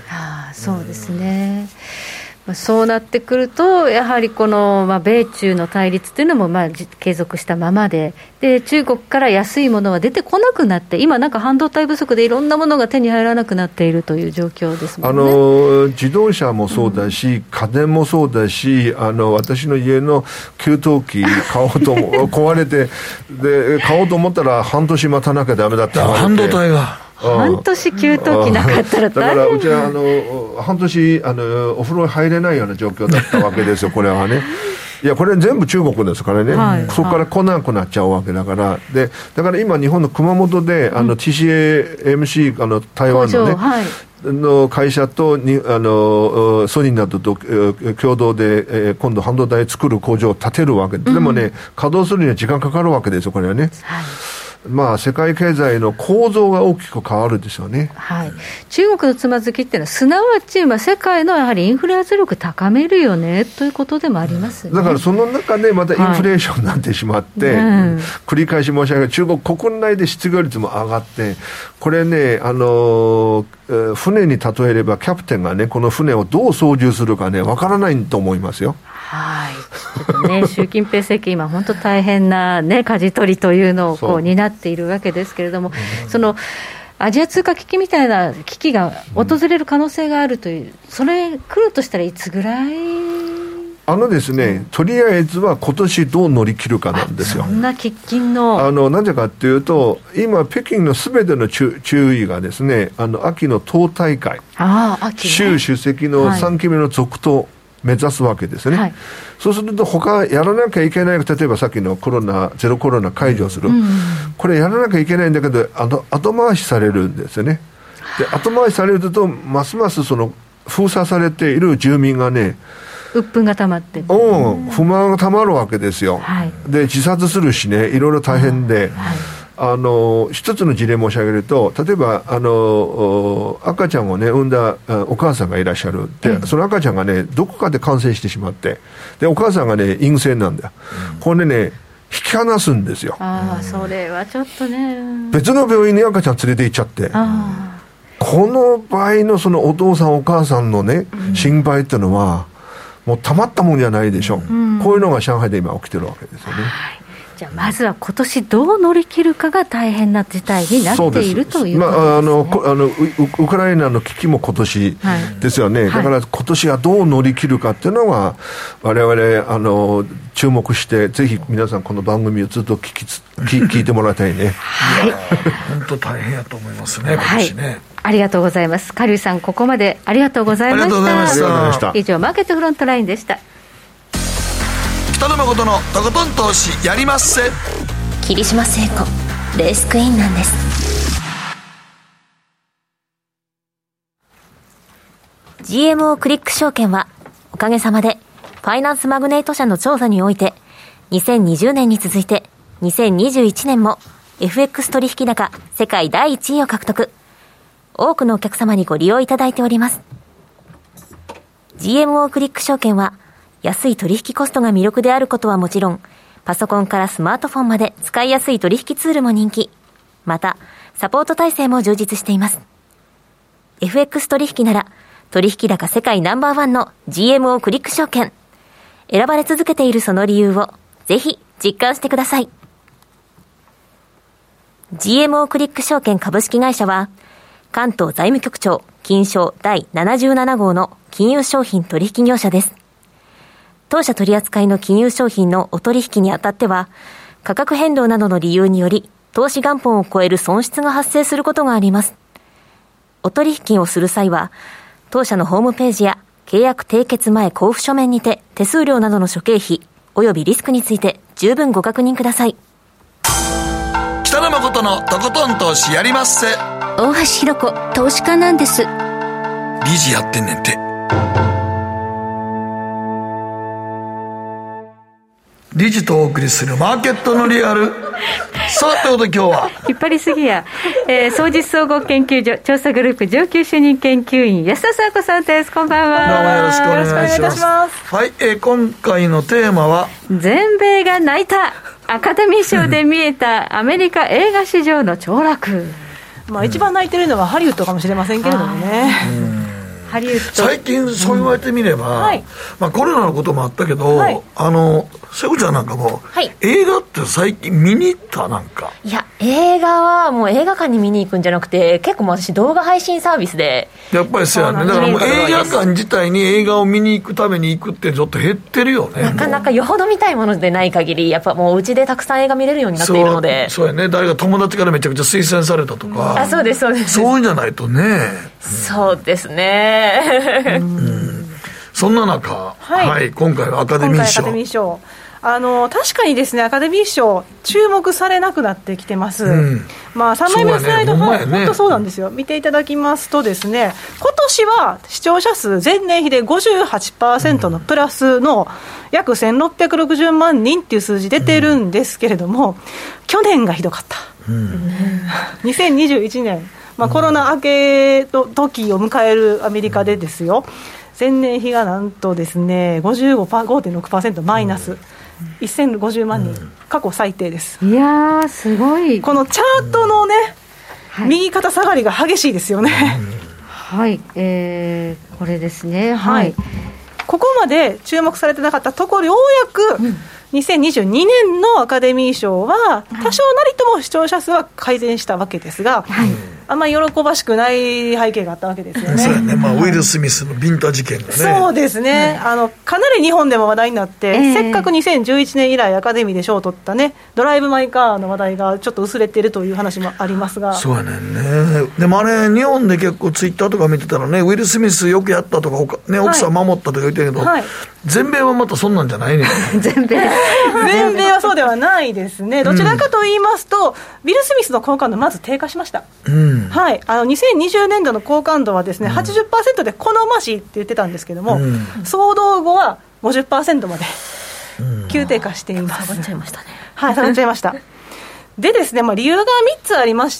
そうですね。そうなってくるとやはりこの、米中の対立というのも継続したままで、中国から安いものは出てこなくなって、今なんか半導体不足でいろんなものが手に入らなくなっているという状況ですもんね。 自動車もそうだし、家電もそうだし、私の家の給湯器買おうと壊れてで買おうと思ったら半年待たなきゃダメだって言われて、 半導体が半年給湯器なかったらだからうちは半年お風呂入れないような状況だったわけですよこれはね。いやこれ全部中国ですからね、はい、そこから来なくなっちゃうわけだから。でだから今日本の熊本でTCAMC 台湾のね、はい、の会社とソニーなどと共同で、今度半導体作る工場を建てるわけで、でもね稼働するには時間かかるわけですよこれはね、はい。世界経済の構造が大きく変わるでしょうね、 はい。中国のつまずきっていうのはすなわち、世界のやはりインフレ圧力高めるよねということでもありますね。 だからその中でまたインフレーションになってしまって、繰り返し申し上げる中国国内で失業率も上がって、これね船に例えればキャプテンがねこの船をどう操縦するかねわからないと思いますよ。 はい、ちょっとね習近平政権今本当大変なね舵取りというのを担っているわけですけれども、そのアジア通貨危機みたいな危機が訪れる可能性があるという、それ来るとしたらいつぐらいですね、とりあえずは今年どう乗り切るかなんですよ。 そんな喫緊のなぜかというと今北京のすべての注意がですね秋の党大会、習主席の3期目の続投目指すわけですね、はい。そうすると他やらなきゃいけない、例えばさっきのゼロコロナ解除する、これやらなきゃいけないんだけど後回しされるんですよね。で後回しされるとますますその封鎖されている住民がね鬱憤がたまって不満がたまるわけですよ、はい。で自殺するしねいろいろ大変で、一つの事例申し上げると、例えば赤ちゃんをね産んだお母さんがいらっしゃる。でその赤ちゃんがねどこかで感染してしまって、でお母さんがね陰性なんだ、これね引き離すんですよ。 それはちょっとね別の病院に赤ちゃん連れて行っちゃって、この場合のそのお父さんお母さんのね心配っていうのはもうたまったもんじゃないでしょう、こういうのが上海で今起きてるわけですよね、はい。 じゃあまずは今年どう乗り切るかが大変な事態になっているということですね。 ウクライナの危機も今年ですよね、はい。だから今年はどう乗り切るかっていうのは我々注目して、ぜひ皆さんこの番組をずっと聞いてもらいたいね。 はい。 本当大変やと思いますね今年ね、はい。 ありがとうございます。カリュウさんここまでありがとうございました。 ありがとうございました。 以上マーケットフロントラインでした。 北野誠のとことん投資やりまっせ。 桐島聖子レースクイーンなんです。 GMO クリック証券はおかげさまでファイナンスマグネート社の調査において2020年に続いて2021年も FX 取引高世界第1位を獲得。多くのお客様にご利用いただいております。 GMO クリック証券は安い取引コストが魅力であることはもちろん、パソコンからスマートフォンまで使いやすい取引ツールも人気。また、サポート体制も充実しています。FX 取引なら、取引高世界ナンバーワンの GMO クリック証券。選ばれ続けているその理由を、ぜひ実感してください。GMO クリック証券株式会社は、関東財務局長金商第77号の金融商品取引業者です。当社取扱いの金融商品のお取引にあたっては、価格変動などの理由により、投資元本を超える損失が発生することがあります。お取引をする際は、当社のホームページや契約締結前交付書面にて手数料などの諸経費及びリスクについて十分ご確認ください。 北野誠のとことん投資やりまっせ。 大橋ひろ子投資家なんです。 理事やってんねんて。 理事とお送りするマーケットのリアル。さあということで今日は引っ張りすぎや、総実総合研究所調査グループ上級主任研究員安田紗子さんです。こんばんは。 どうもよろしくお願いします。はい、今回のテーマは全米が泣いたアカデミー賞で見えたアメリカ映画市場の凋落。 一番泣いてるのはハリウッドかもしれませんけれどもね。 ハリウッド最近そう言われてみれば、 はい、 まあ、コロナのこともあったけど、はい、瀬子ちゃんなんかも、はい、映画って最近見に行ったなんか。 いや、映画はもう映画館に見に行くんじゃなくて、結構もう私動画配信サービスで。 やっぱりそうやね。だからもう映画館自体に映画を見に行くために行くってちょっと減ってるよね。 なかなかよほど見たいものでない限り、やっぱもううちでたくさん映画見れるようになっているので。 そうやね。誰か友達からめちゃくちゃ推薦されたとか。 あ、そうですそうです。 そういうんじゃないとね。 そうですね。 そんな中、はい、はい、今回はアカデミー賞。 確かにですね、アカデミー賞注目されなくなってきてます、まあ、3枚目のスライド、本当そうなんですよ。見ていただきますとですね、今年は視聴者数前年比で 58% のプラスの約1660万人っていう数字出てるんですけれども、去年がひどかった、2021年、まあ、コロナ明けの時を迎えるアメリカでですよ、前年比がなんとですね 5.6% マイナス、1050万人、過去最低です。 いやー、すごい。 このチャートのね、右肩下がりが激しいですよね。 はい、これですね、はい、 ここまで注目されてなかったところ、ようやく2022年のアカデミー賞は多少なりとも視聴者数は改善したわけですが、あんまり喜ばしくない背景があったわけですよね。 そうやね、まあ、ウィル・スミスのビンタ事件がね。 そうですね、かなり日本でも話題になって、せっかく2011年以来アカデミーで賞を取ったね、ドライブ・マイ・カーの話題がちょっと薄れているという話もありますが。 そうやねんね。でもあれ、日本で結構ツイッターとか見てたらね、ウィル・スミスよくやったとか、ね、奥さん守ったとか言ってるけど、全米はまたそんなんじゃないねん全米はそうではないですね。どちらかと言いますと、ウィル・スミスの好感度まず低下しました、はい、2020年度の好感度はですね、80% で好ましいって言ってたんですけども、騒動後は 50% まで急低下しています。 下がっちゃいましたね。 はい、下がっちゃいましたでですね、まあ、理由が3つありまして、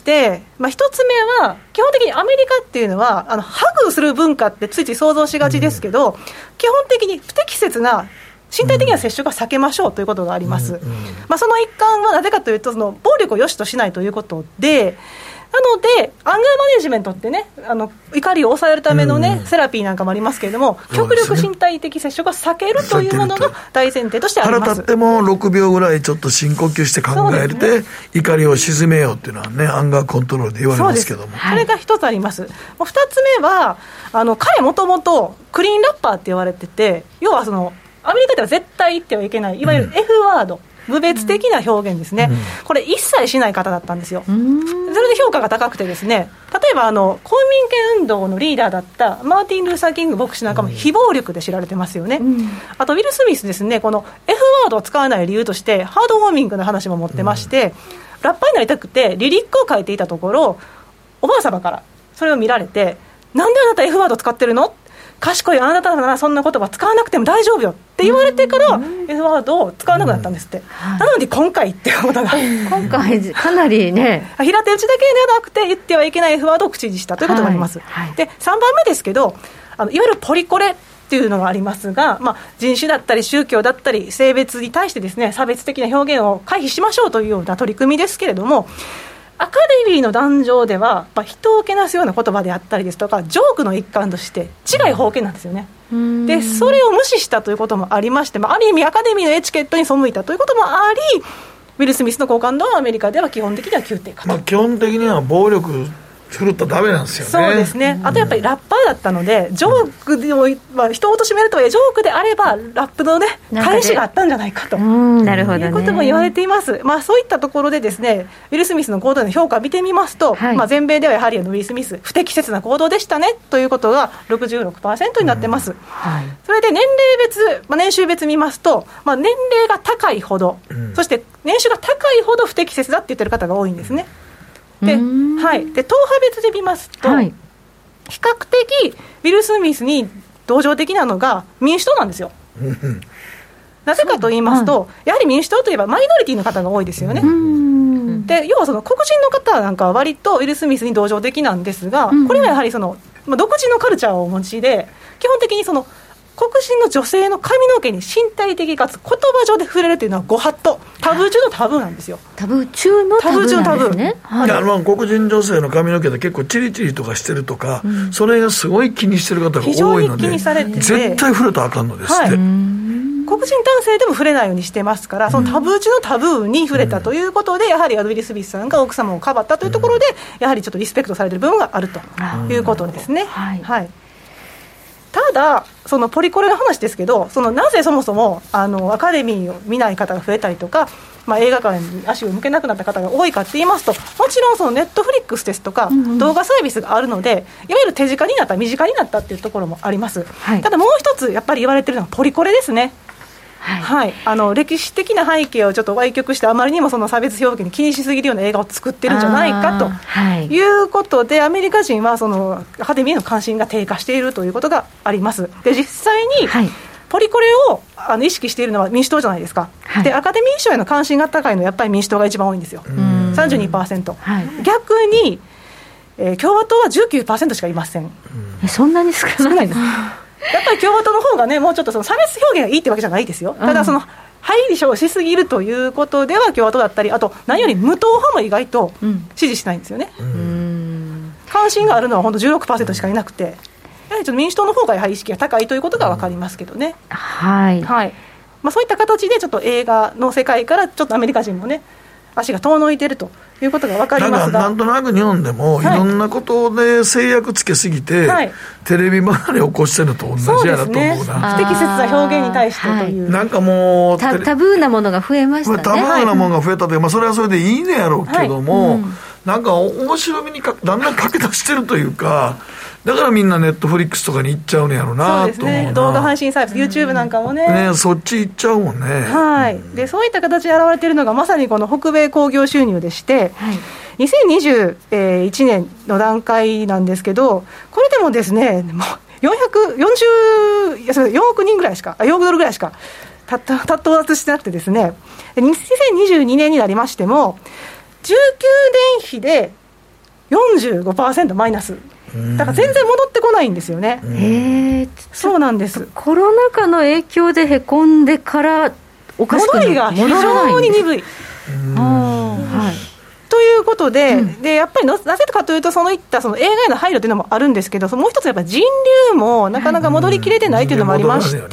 まあ、1つ目は基本的にアメリカっていうのはハグする文化ってついつい想像しがちですけど、基本的に不適切な身体的な接触は避けましょうということがあります、まあ、その一環はなぜかというと、その暴力を良しとしないということで、なのでアンガーマネジメントってね、怒りを抑えるためのね、セラピーなんかもありますけれども、極力身体的接触を避けるというものが大前提としてあります。 腹立っても6秒ぐらいちょっと深呼吸して考えて、ね、怒りを鎮めようっていうのはね、アンガーコントロールで言われますけども、 それが一つあります。2つ目は彼もともとクリーンラッパーって言われてて、要はそのアメリカでは絶対言ってはいけない、いわゆる F ワード、無別的な表現ですね、これ一切しない方だったんですよ。それで評価が高くてですね、例えば公民権運動のリーダーだったマーティン・ルーサー・キング牧師なんかも非暴力で知られてますよね、あとウィル・スミスですね、この F ワードを使わない理由としてハードウォーミングの話も持ってまして、ラッパーになりたくてリリックを書いていたところ、おばあ様からそれを見られて、なんであなた F ワード使ってるの、賢いあなたならそんな言葉使わなくても大丈夫よって言われてから F ワードを使わなくなったんですって、なので今回っていうことが今回かなりね、 平手打ちだけではなくて言ってはいけない F ワードを口にしたということがあります、で3番目ですけど、いわゆるポリコレっていうのがありますが、まあ、人種だったり宗教だったり性別に対してですね、差別的な表現を回避しましょうというような取り組みですけれども、アカデミーの壇上では、人をけなすような言葉であったりですとか、ジョークの一環として違い方形なんですよね。でそれを無視したということもありまして、ある意味アカデミーのエチケットに背いたということもあり、ウィル・スミスの好感度はアメリカでは基本的には急低下と、 基本的には暴力振るったらダメなんですよね。 そうですね。あとやっぱりラッパーだったので、ジョークでも、人を貶めるとはいえジョークであればラップのね返しがあったんじゃないかとなるほど、ね、 いうことも言われています。そういったところでですね、ウィル・スミスの行動の評価を見てみますと、全米ではやはりウィル・スミス不適切な行動でしたねということが 66% になってます、それで年齢別、年収別見ますと、年齢が高いほど、そして年収が高いほど不適切だって言ってる方が多いんですね。で、党派別で見ますと、比較的ウィル・スミスに同情的なのが民主党なんですよなぜかと言いますと、やはり民主党といえばマイノリティの方が多いですよね。で要はその黒人の方なんかは割とウィル・スミスに同情的なんですが、これはやはりその、独自のカルチャーをお持ちで、基本的にその黒人の女性の髪の毛に身体的かつ言葉上で触れるというのはご法度、タブー中のタブーなんですよ。 タブー中のタブーなんですね。 黒人女性の髪の毛で結構チリチリとかしてるとか、それがすごい気にしてる方が多いので、絶対触れたらあかんのですって、黒人男性でも触れないようにしてますから、そのタブー中のタブーに触れたということで、やはりウィル・スミスさんが奥様をかばったというところで、やはりちょっとリスペクトされている部分があるということですね。ただそのポリコレの話ですけど、なぜそもそもアカデミーを見ない方が増えたりとか、映画館に足を向けなくなった方が多いかって言いますと、もちろんそのネットフリックスですとか、動画サービスがあるので、いわゆる手近になった身近になったっていうところもあります、ただもう一つやっぱり言われてるのはポリコレですね。歴史的な背景をちょっと歪曲して、あまりにもその差別表現に気にしすぎるような映画を作ってるんじゃないかということで、アメリカ人はそのアカデミーへの関心が低下しているということがあります。で実際に、ポリコレを意識しているのは民主党じゃないですか、でアカデミー賞への関心が高いのはやっぱり民主党が一番多いんですよ、32%、逆に、共和党は 19% しかいません。 そんなに少ないですやっぱり共和党の方がね、もうちょっとその差別表現がいいってわけじゃないですよ。ただその配慮をしすぎるということでは共和党だったり、あと何より無党派も意外と支持しないんですよね。関心があるのは本当 16% しかいなくて、やはりちょっと民主党の方がやはり意識が高いということが分かりますけどね。そういった形でちょっと映画の世界からちょっとアメリカ人もね、足が遠のいているということが分かりますが、 なんとなく日本でもいろんなことで制約つけすぎて、テレビ離れを起こしてるのと同じやなと思うな。 不適切な表現に対してという、 なんかもうタブーなものが増えましたね。 タブーなものが増えたという、それはそれでいいねやろうけども、なんか面白みにだんだん駆け出してるというか、だからみんなネットフリックスとかに行っちゃうのやろうなと思うな。そうですね、動画配信サービス YouTube なんかもね、 そっち行っちゃうもんね。 でそういった形で現れているのがまさにこの北米興行収入でして、2021年の段階なんですけど、これでもですね、もう4億人ぐらいしか、4億ドルぐらいしか到達してなくてですね、2022年になりましても19年比で 45% マイナスだから全然戻ってこないんですよね。そうなんです。 コロナ禍の影響でへこんでからおかしくなる、 戻りが非常に鈍い。ということで、でやっぱりなぜかというと、そういったその映画への配慮というのもあるんですけど、もう一つやっぱり人流もなかなか戻りきれてないというのもありまして、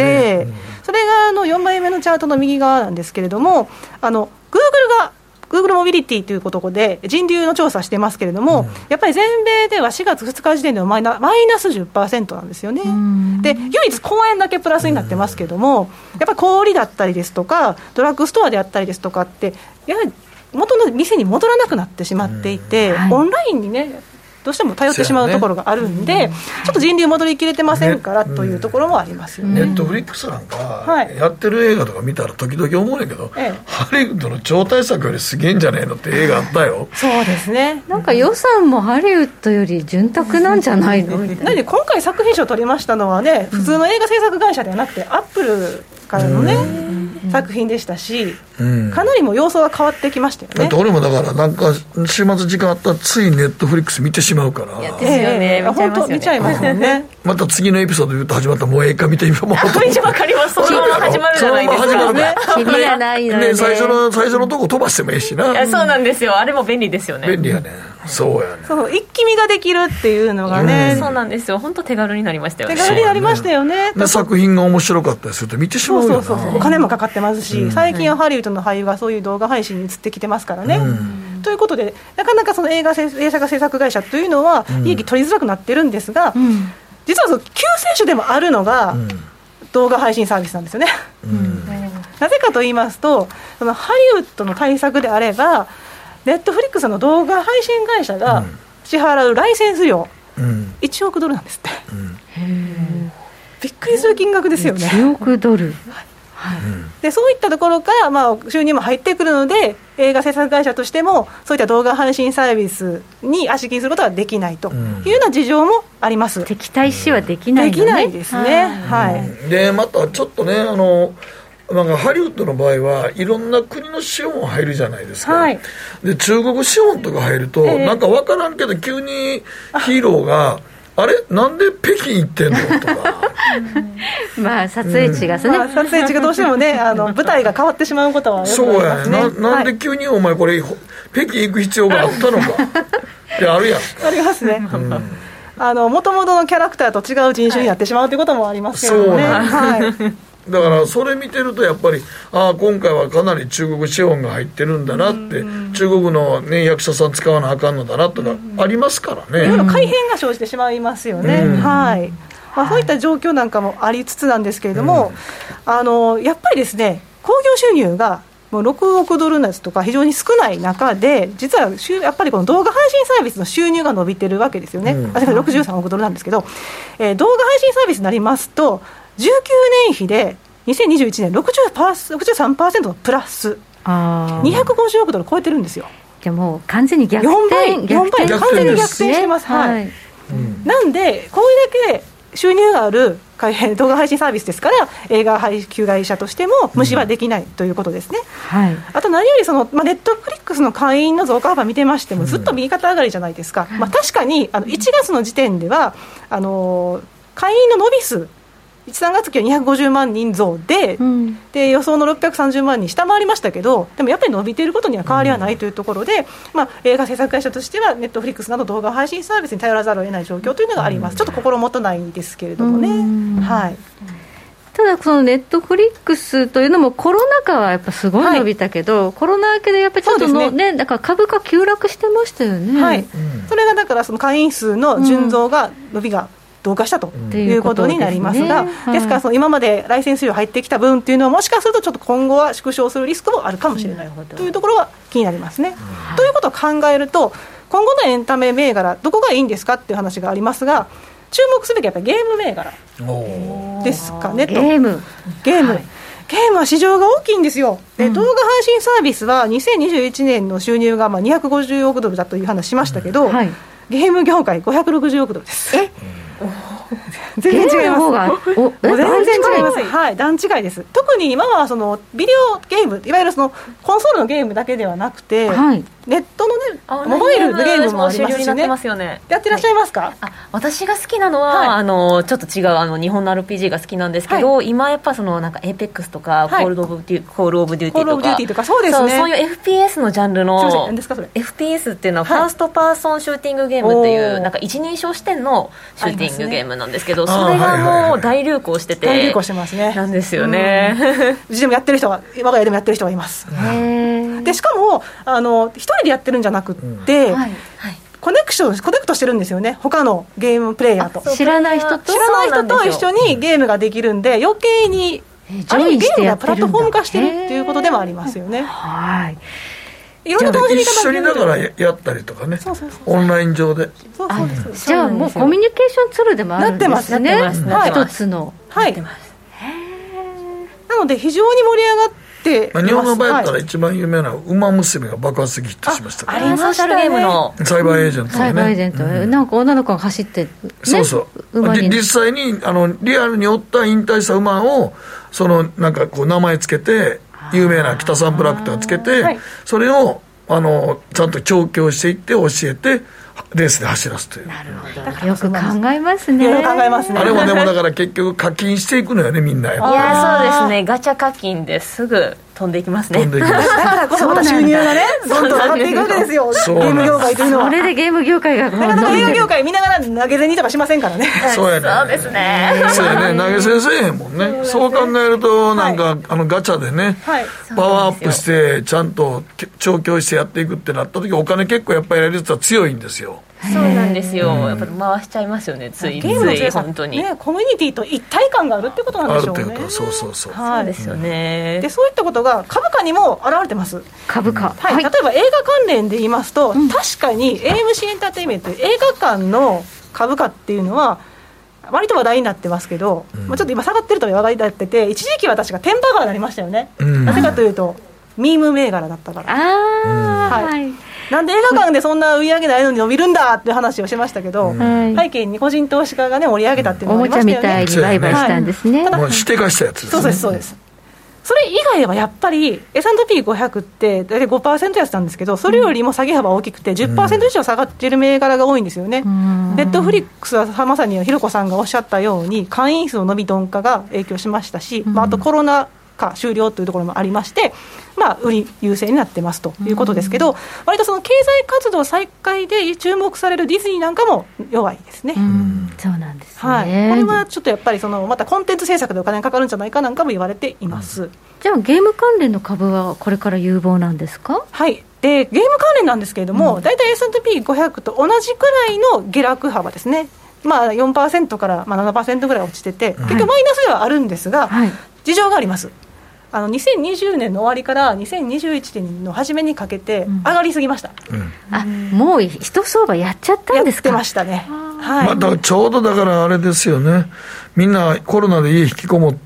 それが4枚目のチャートの右側なんですけれども、Google モビリティということで人流の調査してますけれども、やっぱり全米では4月2日時点ではマイナス 10% なんですよね。で唯一公園だけプラスになってますけれども、やっぱり小売だったりですとかドラッグストアであったりですとかって、やはり元の店に戻らなくなってしまっていて、オンラインにねどうしても頼ってしまうところがあるんで、ちょっと人流戻りきれてませんからというところもありますよね。 ネットフリックスなんかやってる映画とか見たら時々思うんだけど、ハリウッドの超大作よりすげえんじゃねえのって映画あったよ。 そうですね。 なんか予算もハリウッドより潤沢なんじゃないのみたいな。 なので今回作品賞を取りましたのはね、普通の映画制作会社ではなくてアップルからのね、作品でしたし、かなりも様相が変わってきましたよね。 だって俺もだからなんか週末時間あったらついネットフリックス見てしまうから。 ですよね。 本当見ちゃいますよね。 また次のエピソード言うと始まったらもうええか見てみよう。 めっちゃわかります。そのまま始まるじゃないですか。 そのまま始まるか。気味がないのね。 最初のとこ飛ばしてもいいしな。 いやそうなんですよ。あれも便利ですよね。 便利やね。そうやね。 そう一気見ができるっていうのがね。 そうなんですよ。本当手軽になりましたよね。 手軽になりましたよね。 作品が面白かったりすると見てしまうよな。 そうお金もかかってますし、最近はハリウッドの俳優がそういう動画配信に移ってきてますからね。ということでなかなかその映画制作会社というのは利益取りづらくなってるんですが、実はその救世主でもあるのが動画配信サービスなんですよね。なぜかと言いますと、そのハリウッドの対策であればネットフリックスの動画配信会社が支払うライセンス料、1億ドルなんですって。びっくりする金額ですよね。 1億ドル、 でそういったところから、収入も入ってくるので、映画制作会社としてもそういった動画配信サービスに足切りすることはできないというような事情もあります。 敵対視はできないのね。 できないですね。 でまたちょっとね、なんかハリウッドの場合はいろんな国の資本入るじゃないですか、で中国資本とか入ると、なんか分からんけど急にヒーローがあれなんで北京行ってんのとかまあ撮影地がね、 撮影地がどうしてもね舞台が変わってしまうことはよくありますね。 そうやね。なんで急にお前これ北京行く必要があったのかってあるやんか。 ありますね。もともとのキャラクターと違う人種になってしまうということもありますけどね。 だからそれ見てるとやっぱり今回はかなり中国資本が入ってるんだなって、中国の、ね、役者さん使わなあかんのだなとかありますからね。 いろいろ改変が生じてしまいますよね。そういった状況なんかもありつつなんですけれども、やっぱりですね興行収入がもう6億ドルのやつとか非常に少ない中で、実はやっぱりこの動画配信サービスの収入が伸びてるわけですよね。63億ドルなんですけど、動画配信サービスになりますと19年比で2021年 63% のプラス250億ドル超えてるんですよ。 じゃあもう完全に逆転4倍完全に逆転してます。なんでこれだけ収入がある動画配信サービスですから、映画配給会社としても無視はできないということですね。あと何よりネットフリックスの会員の増加幅見てましてもずっと右肩上がりじゃないですか。確かに1月の時点では会員の伸び数3月期は250万人増 で予想の630万人下回りましたけど、でもやっぱり伸びていることには変わりはないというところで、映画制作会社としてはネットフリックスなど動画配信サービスに頼らざるを得ない状況というのがあります。ちょっと心もとないんですけれどもね。 ただそのネットフリックスというのもコロナ禍はやっぱすごい伸びたけど、コロナ明けでやっぱりちょっとだから株価急落してましたよね。 それがだからその会員数の純増が伸びが同化したということになりますが、ですからその今までライセンス料入ってきた分というのはもしかするとちょっと今後は縮小するリスクもあるかもしれないというところは気になりますね。ということを考えると今後のエンタメ銘柄どこがいいんですかっていう話がありますが、注目すべきはやっぱりゲーム銘柄ですかねと。ゲームは市場が大きいんですよ。動画配信サービスは2021年の収入が250億ドルだという話しましたけど、ゲーム業界560億ドルです。全然違います。全然違います。段違いです。特に今はそのビデオゲーム、いわゆるそのコンソールのゲームだけではなくて、ネットのねモバイルのゲームもありますしね。やってらっしゃいますか？ 私が好きなのはちょっと違う日本の RPG が好きなんですけど、今やっぱそのなんかエーペックスとかコールオブデューティーとかそうですね。 そういう FPS のジャンルの FPS っていうのはファーストパーソンシューティングゲームっていうなんか一人称視点のシューティングゲームなんですけど、それがもう大流行してて、 大流行してますね。 なんですよね。 うちでもやってる人は、我が家でもやってる人がいます。でしかも一人でやってるんじゃなくって、コネクトしてるんですよね、他のゲームプレイヤーと。 知らない人と一緒にゲームができるんで、余計にゲームがプラットフォーム化してるっていうことでもありますよね。いろんな楽しみ方一緒にだからやったりとかね、オンライン上で。 じゃあもうコミュニケーションツールでもあるんですね。一つの。 なので非常に盛り上がっています。 日本の場合だったら一番有名なウマ娘が爆発的ヒットしましたから。 ソーシャルゲームのサイバーエージェントね。 サイバーエージェント、なんか女の子が走って実際にリアルにおった引退した馬をなんかこう名前つけて、有名な北サンプラクターつけて、それをちゃんと調教していって教えてレースで走らすという。 なるほど。よく考えますね。 あれもでもだから結局課金していくのよね、みんな。 いや、そうですね。ガチャ課金ですぐ飛んでいきますね。 だからこそまた収入がねどんどん上がっていくわけですよ。ゲーム業界というのは。 それでゲーム業界がなかなかゲーム業界見ながら投げ銭とかしませんからね。 そうやね。 そうですね。 そうやね。投げ銭せえへんもんね。そう考えるとなんかガチャでね、パワーアップしてちゃんと調教してやっていくってなった時、お金結構やっぱりやる人は強いんですよ。 そうなんですよ。やっぱり回しちゃいますよね。つい本当にコミュニティと一体感があるってことなんでしょうね。 あるってこと。そうそうですよね。 でそういったことが株価にも現れてます。 株価、 例えば映画関連で言いますと、確かに AMC エンターテインメント映画館の株価っていうのは割と話題になってますけど、ちょっと今下がってると話題になってて、一時期は確かテンパガーになりましたよね。なぜかというとミーム銘柄だったから。なんで映画館でそんな売り上げないのに伸びるんだっていう話をしましたけど、背景に個人投資家がね盛り上げたっていうのがありましたよね。 おもちゃみたいに売買したんですね。 もう指定化したやつですね。 そうです。 それ以外はやっぱり S&P500 って大体 5% 安なんですけど、それよりも下げ幅大きくて 10% 以上下がっている銘柄が多いんですよね。ネットフリックスはまさにひろこさんがおっしゃったように会員数の伸び鈍化が影響しましたし、あとコロナ禍終了というところもありまして、売り優勢になってますということですけど、割とその経済活動再開で注目されるディズニーなんかも弱いですね。 そうなんですね、 はい、これはちょっとやっぱりまたコンテンツ制作でお金がかかるんじゃないかなんかも言われています。 じゃあゲーム関連の株はこれから有望なんですか？ はい、でゲーム関連なんですけれども、だいたい S&P500 と同じくらいの下落幅ですね。4% から 7% ぐらい落ちてて、結局マイナスではあるんですが、事情があります。2020年の終わりから2021年の初めにかけて上がりすぎました。 もう一相場やっちゃったんですか？ やってましたね。 だからちょうどだからあれですよね、みんなコロナで家引きこもって、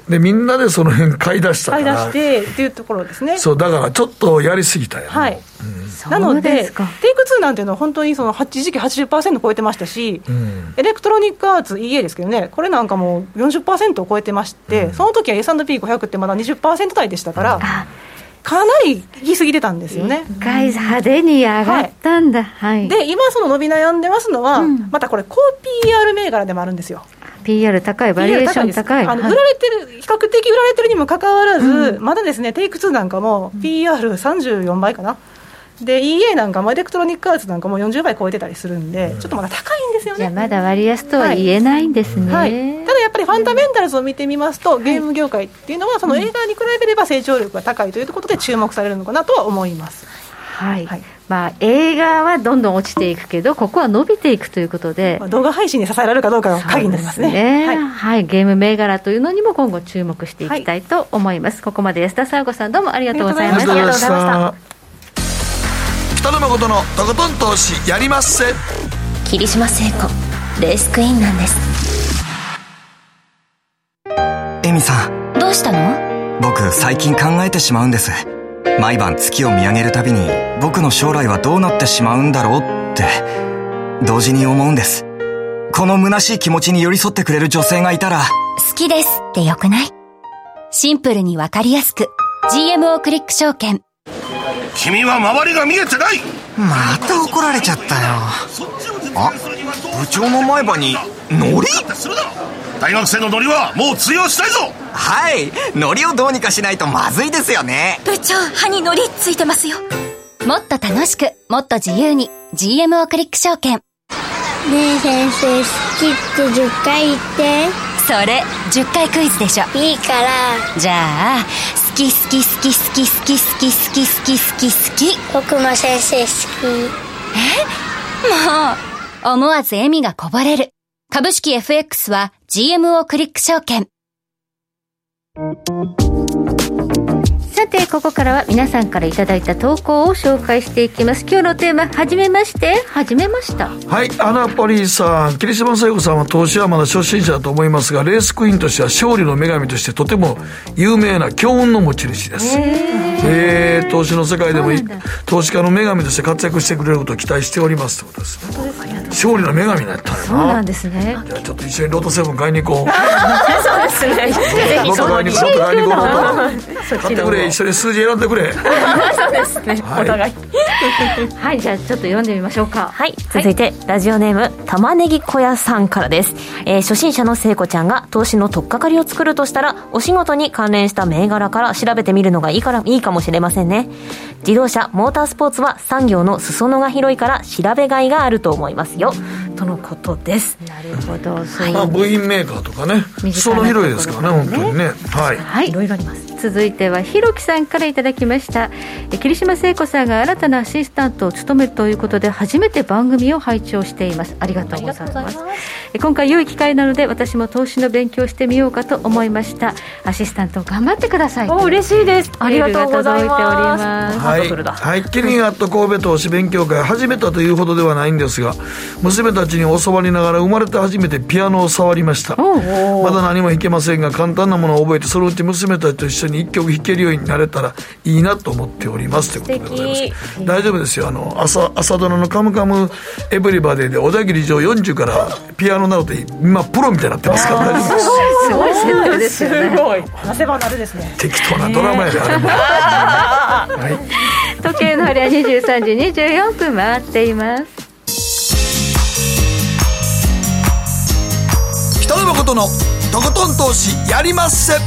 でみんなでその辺買い出したから、 買い出してっていうところですね。 そうだからちょっとやりすぎたよね。 なのでテイク2なんていうのは本当に一時期 80% 超えてましたし、エレクトロニックアーツ EA ですけどね、これなんかも 40% を超えてまして、その時は S&P500 ってまだ 20% 台でしたから、かなり行き過ぎてたんですよね。 一回派手に上がったんだ。 で今伸び悩んでますのは、またこれ高 PR 銘柄でもあるんですよ。 PR 高い、バリエーション高い、 売られてる、比較的売られてるにもかかわらず、まだですねテイク2なんかも PR34 倍かな、で EA なんかもエレクトロニックアーツなんかも40倍超えてたりするんで、ちょっとまだ高いんですよね。 じゃあまだ割安とは言えないんですね。 ただやっぱりファンダメンタルズを見てみますと、ゲーム業界っていうのはその映画に比べれば成長力が高いということで注目されるのかなとは思います。 映画はどんどん落ちていくけど、ここは伸びていくということで、 動画配信に支えられるかどうかが鍵になりますね。 ゲーム銘柄というのにも今後注目していきたいと思います。ここまで安田沙子さん、どうもありがとうございました。 ありがとうございました。 北野誠のとことん投資やりまっせ。 霧島聖子レースクイーンなんです。 エミさん、 どうしたの？ 僕最近考えてしまうんです。毎晩月を見上げるたびに僕の将来はどうなってしまうんだろうって同時に思うんです。この虚しい気持ちに寄り添ってくれる女性がいたら。 好きですってよくない？シンプルにわかりやすく GMO クリック証券。 君は周りが見えてない。 また怒られちゃったよ。あ、部長の前歯にノリ？ 大学生のノリはもう通用したいぞ。 はい、ノリをどうにかしないとまずいですよね。 部長、歯にノリついてますよ。もっと楽しく、もっと自由に GMO クリック証券。 ねえ先生、好きって10回言って。 それ10回クイズでしょ。 いいから。 じゃあ、好き好き好き好き好き好き好き好き好き好き。 僕も先生好き。 もう思わず笑みがこぼれる。株式 FX は GMO クリック証券。 さてここからは皆さんからいただいた投稿を紹介していきます。今日のテーマ、はじめました。 はい、アナポリさん、桐島聖子さんは投資はまだ初心者だと思いますが、レースクイーンとしては勝利の女神としてとても有名な強運の持ち主です。投資の世界でも投資家の女神として活躍してくれることを期待しておりますということですね。勝利の女神になったよな。 そうなんですね。 じゃあちょっと一緒にロト7買いに行こう。 そうですね。 ロト買いに行こう。買ってくれ、一緒に数字選んでくれ。 そうですね、お互い。 はい、じゃあちょっと読んでみましょうか。 はい、続いてラジオネーム玉ねぎ小屋さんからです。初心者の聖子ちゃんが投資の取っかかりを作るとしたら、お仕事に関連した銘柄から調べてみるのがいいかもしれませんね。自動車、モータースポーツは産業の裾野が広いから調べがいがあると思いますよ、とのことです。 なるほど。 部品メーカーとかね、裾野広いですからね、本当にね。 はい、いろいろあります。続いてはひろきさんからいただきました。桐島聖子さんが新たなアシスタントを務めるということで、初めて番組を拝聴しています。ありがとうございます。今回良い機会なので、私も投資の勉強してみようかと思いました。アシスタント頑張ってください。 嬉しいです。ありがとうございます。 はい、キリンアット神戸投資勉強会始めたというほどではないんですが、娘たちに教わりながら生まれて初めてピアノを触りました。まだ何も弾けませんが、簡単なものを覚えて、そのうち娘たちと一緒に一曲弾けるようになれたらいいなと思っておりますということでございます。大丈夫ですよ。朝ドラのカムカムエブリバディで小田切城40からピアノのなるって今プロみたいになってますから大丈夫です。 すごい設定ですよね。 すごいなせばなるですね。 適当なドラマやであれもはい、 時計の針は23時24分回っています。 北野誠のとことん投資やりまっせ。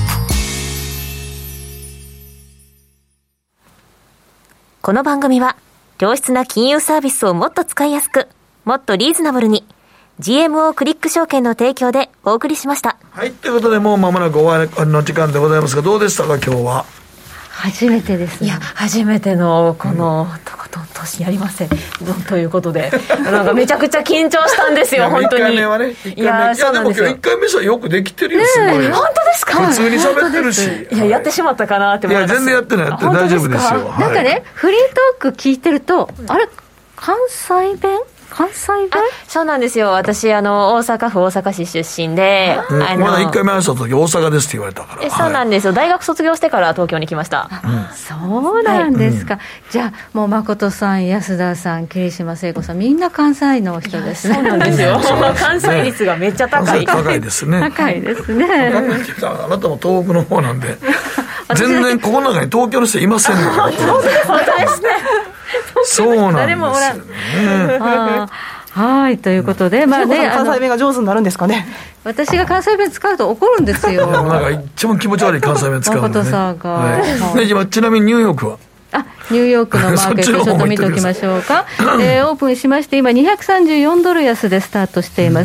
この番組は良質な金融サービスをもっと使いやすく、もっとリーズナブルに GMO クリック証券の提供でお送りしました。 はい、ということでもう間もなく終わりの時間でございますが、どうでしたか今日は。 初めてですね。 いや初めてのこのとことん投資やりませんということでなんかめちゃくちゃ緊張したんですよ本当に。1回目はね、1回目。いやでも今日1回目はよくできてるよ、すごい。 本当ですか。 普通に喋ってるし、 いや、やってしまったかなって思います。 いや全然やってない、大丈夫ですよ。 なんかね、フリートーク聞いてると、あれ関西弁そうなんですよ。私大阪府大阪市出身で、 まだ1回目会った時大阪ですって言われたから。 そうなんですよ。大学卒業してから東京に来ました。 そうなんですか。じゃあもう誠さん、安田さん、桐島聖子さん、みんな関西の人ですね。 そうなんですよ。関西率がめっちゃ高い。 高いですね。 高いですね。 あなたも東北の方なんで全然ここの中に東京の人いませんの。 本当ですね。 そうなんですよね。 はい、ということで、まあね、 関西弁が上手になるんですかね。 私が関西弁使うと怒るんですよ。 なんか一番気持ち悪い関西弁使うのね。 誠さんが、 今ちなみにニューヨークはニューヨークのマーケットちょっと見ておきましょうか。オープンしまして今234ドル安でスタートしています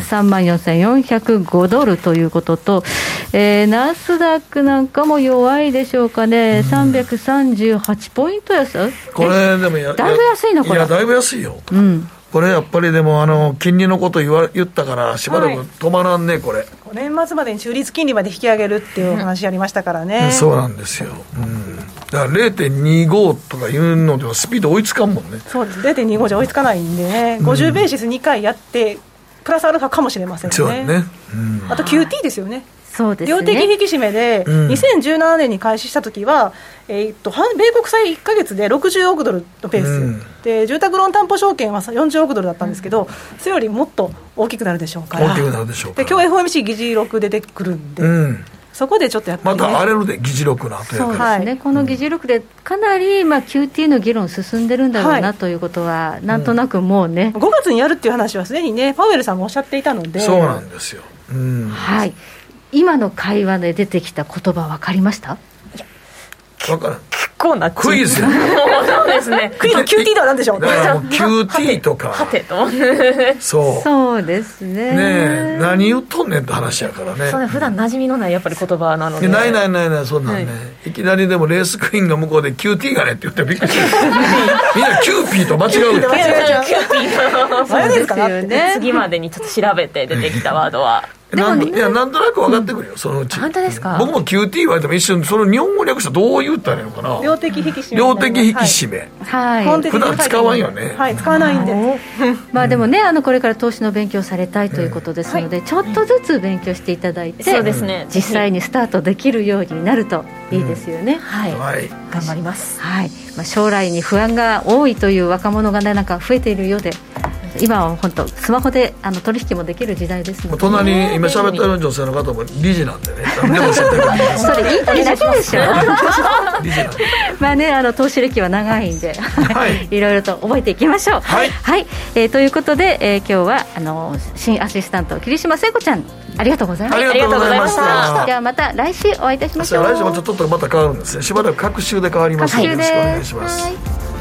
。34,405ドルということと、ナスダックなんかも弱いでしょうかね。338ポイント安。 これでもだいぶ安いのこれ。 いやだいぶ安いよ。これやっぱりでも金利のこと言ったからしばらく止まらんね、これ年末までに中立金利まで引き上げるっていう話ありましたからね。 そうなんですよ、だから 0.25 とかいうのではスピード追いつかんもんね。 そうです。 0.25 じゃ追いつかないんでね、50ベーシス2回やってプラスアルファかもしれませんね。 そうね、 あと QT ですよね。 そうですね、 量的引き締めで、2017年に開始したときは、米国債1か月で60億ドルのペース、で住宅ローン担保証券は40億ドルだったんですけど、それよりもっと大きくなるでしょうから。 大きくなるでしょうから。 で今日 FOMC 議事録出てくるんで、そこでちょっとやっぱり、ね、 また荒れるで議事録なというか。 そうですね、この議事録でかなり、QT の議論進んでるんだろうなということは、なんとなくもうね、 5月にやるっていう話はすでにねパウエルさんもおっしゃっていたので。 そうなんですよ、 はい。今の会話で出てきた言葉分かりました？ 分からん。 結構なクイズ。 そうですね。 クイズの QT とは何でしょう。 だからもう QT とか。 そうですね。 ねえ何言っとんねんって話やからね。 それ普段馴染みのないやっぱり言葉なので。 ないそんなんね、いきなりでもレースクイーンが向こうで QT がねって言ってびっくりする。みんなキューピーと間違う。 キューピー。そうですよね。次までにちょっと調べて出てきたワードは。 いやなんとなく分かってくるよ、そのうち。 本当ですか。 僕も QT 言われても一瞬その日本語略したらどう言ったらいいのかな。 量的引き締め。 量的引き締め。 はい。 普段使わんよね。 はい、使わないんで。 まあでもね、これから投資の勉強されたいということですので、ちょっとずつ勉強していただいて、 そうですね。 実際にスタートできるようになるといいですよね。 はい。頑張ります。 はい。将来に不安が多いという若者がね、なんか増えているようで。今は本当スマホで取引もできる時代ですので、 隣に今喋ってる女性の方も理事なんでね。何でも教えてくれます。 それ言いたいだけでしょ。 理事なんで。 まあね、投資歴は長いんで、いろいろと覚えていきましょう。はい、ということで、今日は新アシスタント桐島聖子ちゃん、ありがとうございました。 ありがとうございました。 ではまた来週お会いいたしましょう。 来週もちょっとまた変わるんですね。しばらく各週で変わりますので、よろしくお願いします。